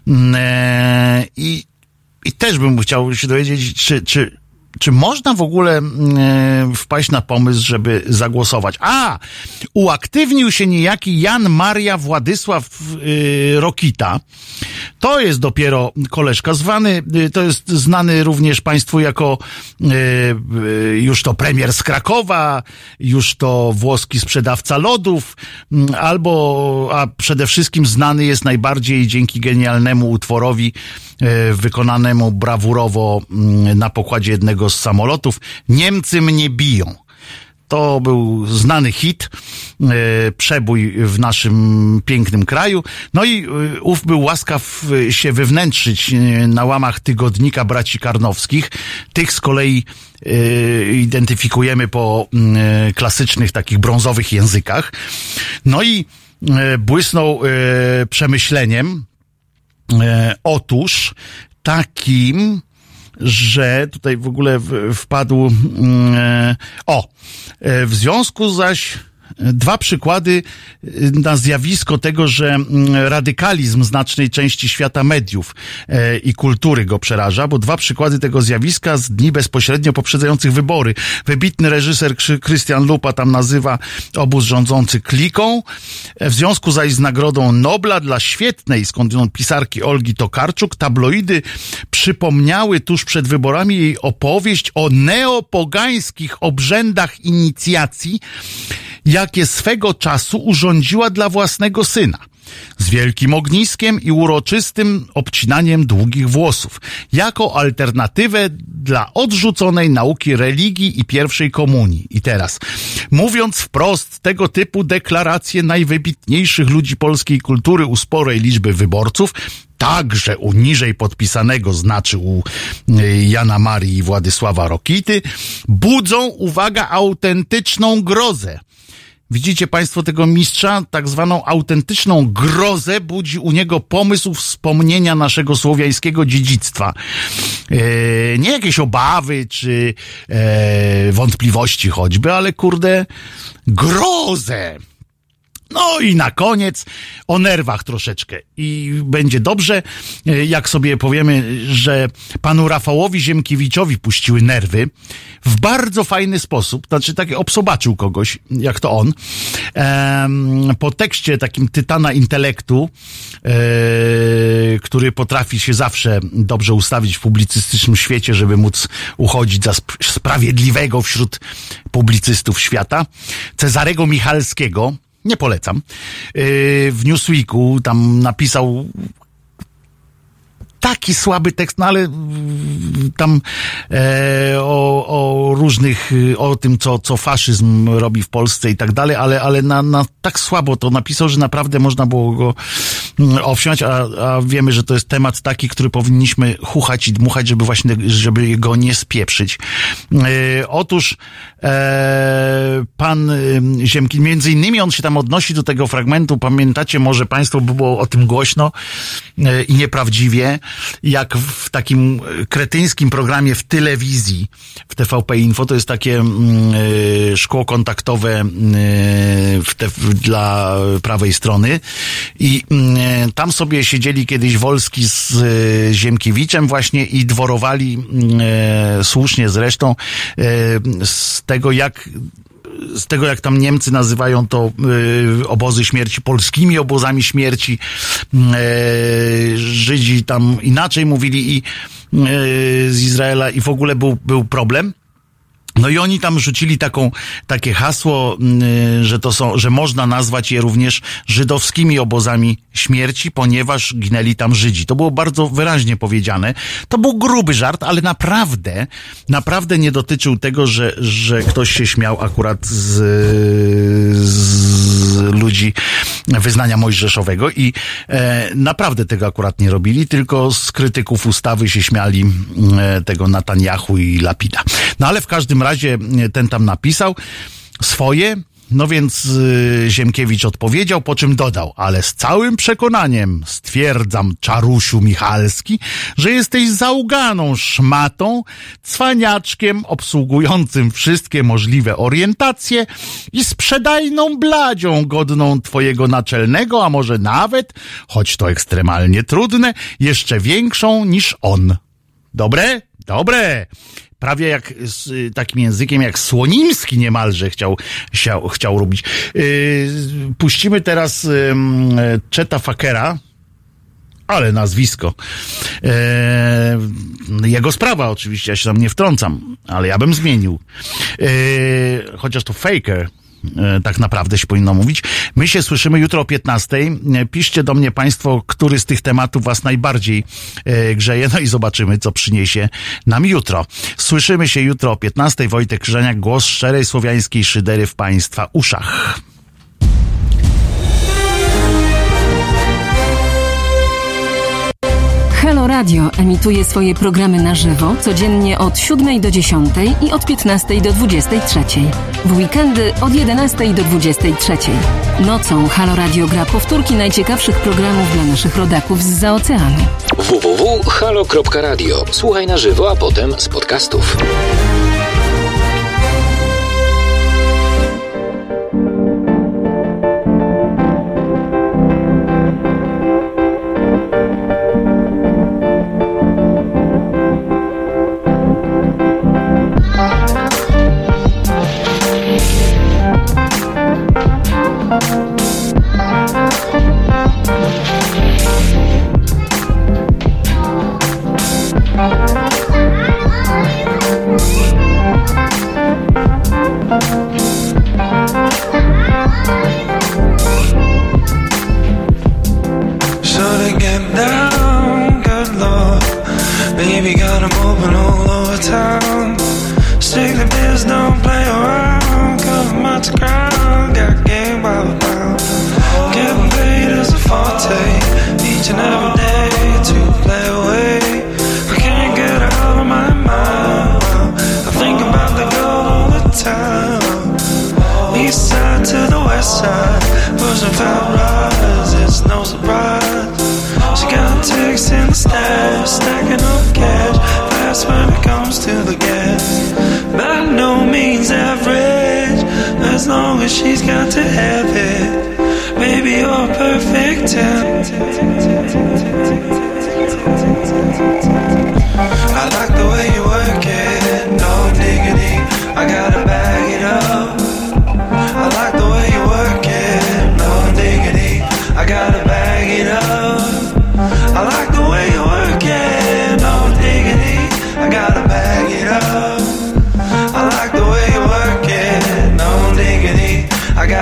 I też bym chciał się dowiedzieć, czy można w ogóle wpaść na pomysł, żeby zagłosować? Uaktywnił się niejaki Jan Maria Władysław Rokita. To jest dopiero koleżka to jest znany również państwu jako już to premier z Krakowa, już to włoski sprzedawca lodów, a przede wszystkim znany jest najbardziej dzięki genialnemu utworowi wykonanemu brawurowo na pokładzie jednego z samolotów. Niemcy mnie biją. To był znany hit, przebój w naszym pięknym kraju. No i ów był łaskaw się wywnętrzyć na łamach tygodnika braci Karnowskich. Tych z kolei identyfikujemy po klasycznych takich brązowych językach. No i błysnął przemyśleniem, otóż takim, że tutaj w ogóle wpadł w związku zaś 2 przykłady na zjawisko tego, że radykalizm znacznej części świata mediów i kultury go przeraża, bo 2 przykłady tego zjawiska z dni bezpośrednio poprzedzających wybory. Wybitny reżyser Krystian Lupa tam nazywa obóz rządzący kliką. W związku zaś z Nagrodą Nobla dla świetnej skądinąd pisarki Olgi Tokarczuk, tabloidy przypomniały tuż przed wyborami jej opowieść o neopogańskich obrzędach inicjacji, jakie swego czasu urządziła dla własnego syna. Z wielkim ogniskiem i uroczystym obcinaniem długich włosów. Jako alternatywę dla odrzuconej nauki religii i pierwszej komunii. I teraz, mówiąc wprost, tego typu deklaracje najwybitniejszych ludzi polskiej kultury u sporej liczby wyborców, także u niżej podpisanego, znaczy u Jana Marii i Władysława Rokity, budzą, uwaga, autentyczną grozę. Widzicie państwo tego mistrza? Tak zwaną autentyczną grozę budzi u niego pomysł wspomnienia naszego słowiańskiego dziedzictwa. Nie jakieś obawy czy wątpliwości choćby, ale kurde, grozę. No i na koniec o nerwach troszeczkę i będzie dobrze, jak sobie powiemy, że panu Rafałowi Ziemkiewiczowi puściły nerwy w bardzo fajny sposób, znaczy takie obsobaczył kogoś, jak to on, po tekście takim tytana intelektu, który potrafi się zawsze dobrze ustawić w publicystycznym świecie, żeby móc uchodzić za sprawiedliwego wśród publicystów świata, Cezarego Michalskiego. Nie polecam. W Newsweeku tam napisał taki słaby tekst, no ale tam o różnych, o tym, co faszyzm robi w Polsce i tak dalej, ale na tak słabo to napisał, że naprawdę można było go owsiąść, a wiemy, że to jest temat taki, który powinniśmy chuchać i dmuchać, żeby go nie spieprzyć. Otóż pan Ziemki, między innymi on się tam odnosi do tego fragmentu, pamiętacie może państwo, bo było o tym głośno i nieprawdziwie, jak w takim kretyńskim programie w telewizji, w TVP Info, to jest takie szkło kontaktowe dla prawej strony i tam sobie siedzieli kiedyś Wolski z Ziemkiewiczem właśnie i dworowali słusznie zresztą z tego jak tam Niemcy nazywają to obozy śmierci polskimi obozami śmierci, Żydzi tam inaczej mówili i z Izraela i w ogóle był problem. No i oni tam rzucili takie hasło, że można nazwać je również żydowskimi obozami śmierci, ponieważ ginęli tam Żydzi. To było bardzo wyraźnie powiedziane. To był gruby żart, ale naprawdę nie dotyczył tego, że ktoś się śmiał akurat z ludzi wyznania mojżeszowego i naprawdę tego akurat nie robili, tylko z krytyków ustawy się śmiali tego Netanjahu i Lapida. No ale w każdym razie ten tam napisał swoje, no więc Ziemkiewicz odpowiedział, po czym dodał, ale z całym przekonaniem stwierdzam, Czarusiu Michalski, że jesteś zauganą szmatą, cwaniaczkiem obsługującym wszystkie możliwe orientacje i sprzedajną bladzią godną twojego naczelnego, a może nawet, choć to ekstremalnie trudne, jeszcze większą niż on. Dobre? Dobre! Prawie jak takim językiem jak Słonimski niemalże chciał robić. Puścimy teraz Cheta Fakera, ale nazwisko. Jego sprawa oczywiście, ja się tam nie wtrącam, ale ja bym zmienił. Chociaż to Faker. Tak naprawdę się powinno mówić. My się słyszymy jutro o 15:00. Piszcie do mnie państwo, który z tych tematów was najbardziej grzeje, no i zobaczymy, co przyniesie nam jutro. Słyszymy się jutro o 15:00. Wojtek Krzyżaniak, głos szczerej słowiańskiej szydery w państwa uszach. Halo Radio emituje swoje programy na żywo codziennie od 7 do 10 i od 15 do 23. W weekendy od 11 do 23. Nocą Halo Radio gra powtórki najciekawszych programów dla naszych rodaków zza oceanu. www.halo.radio. Słuchaj na żywo, a potem z podcastów. I like the way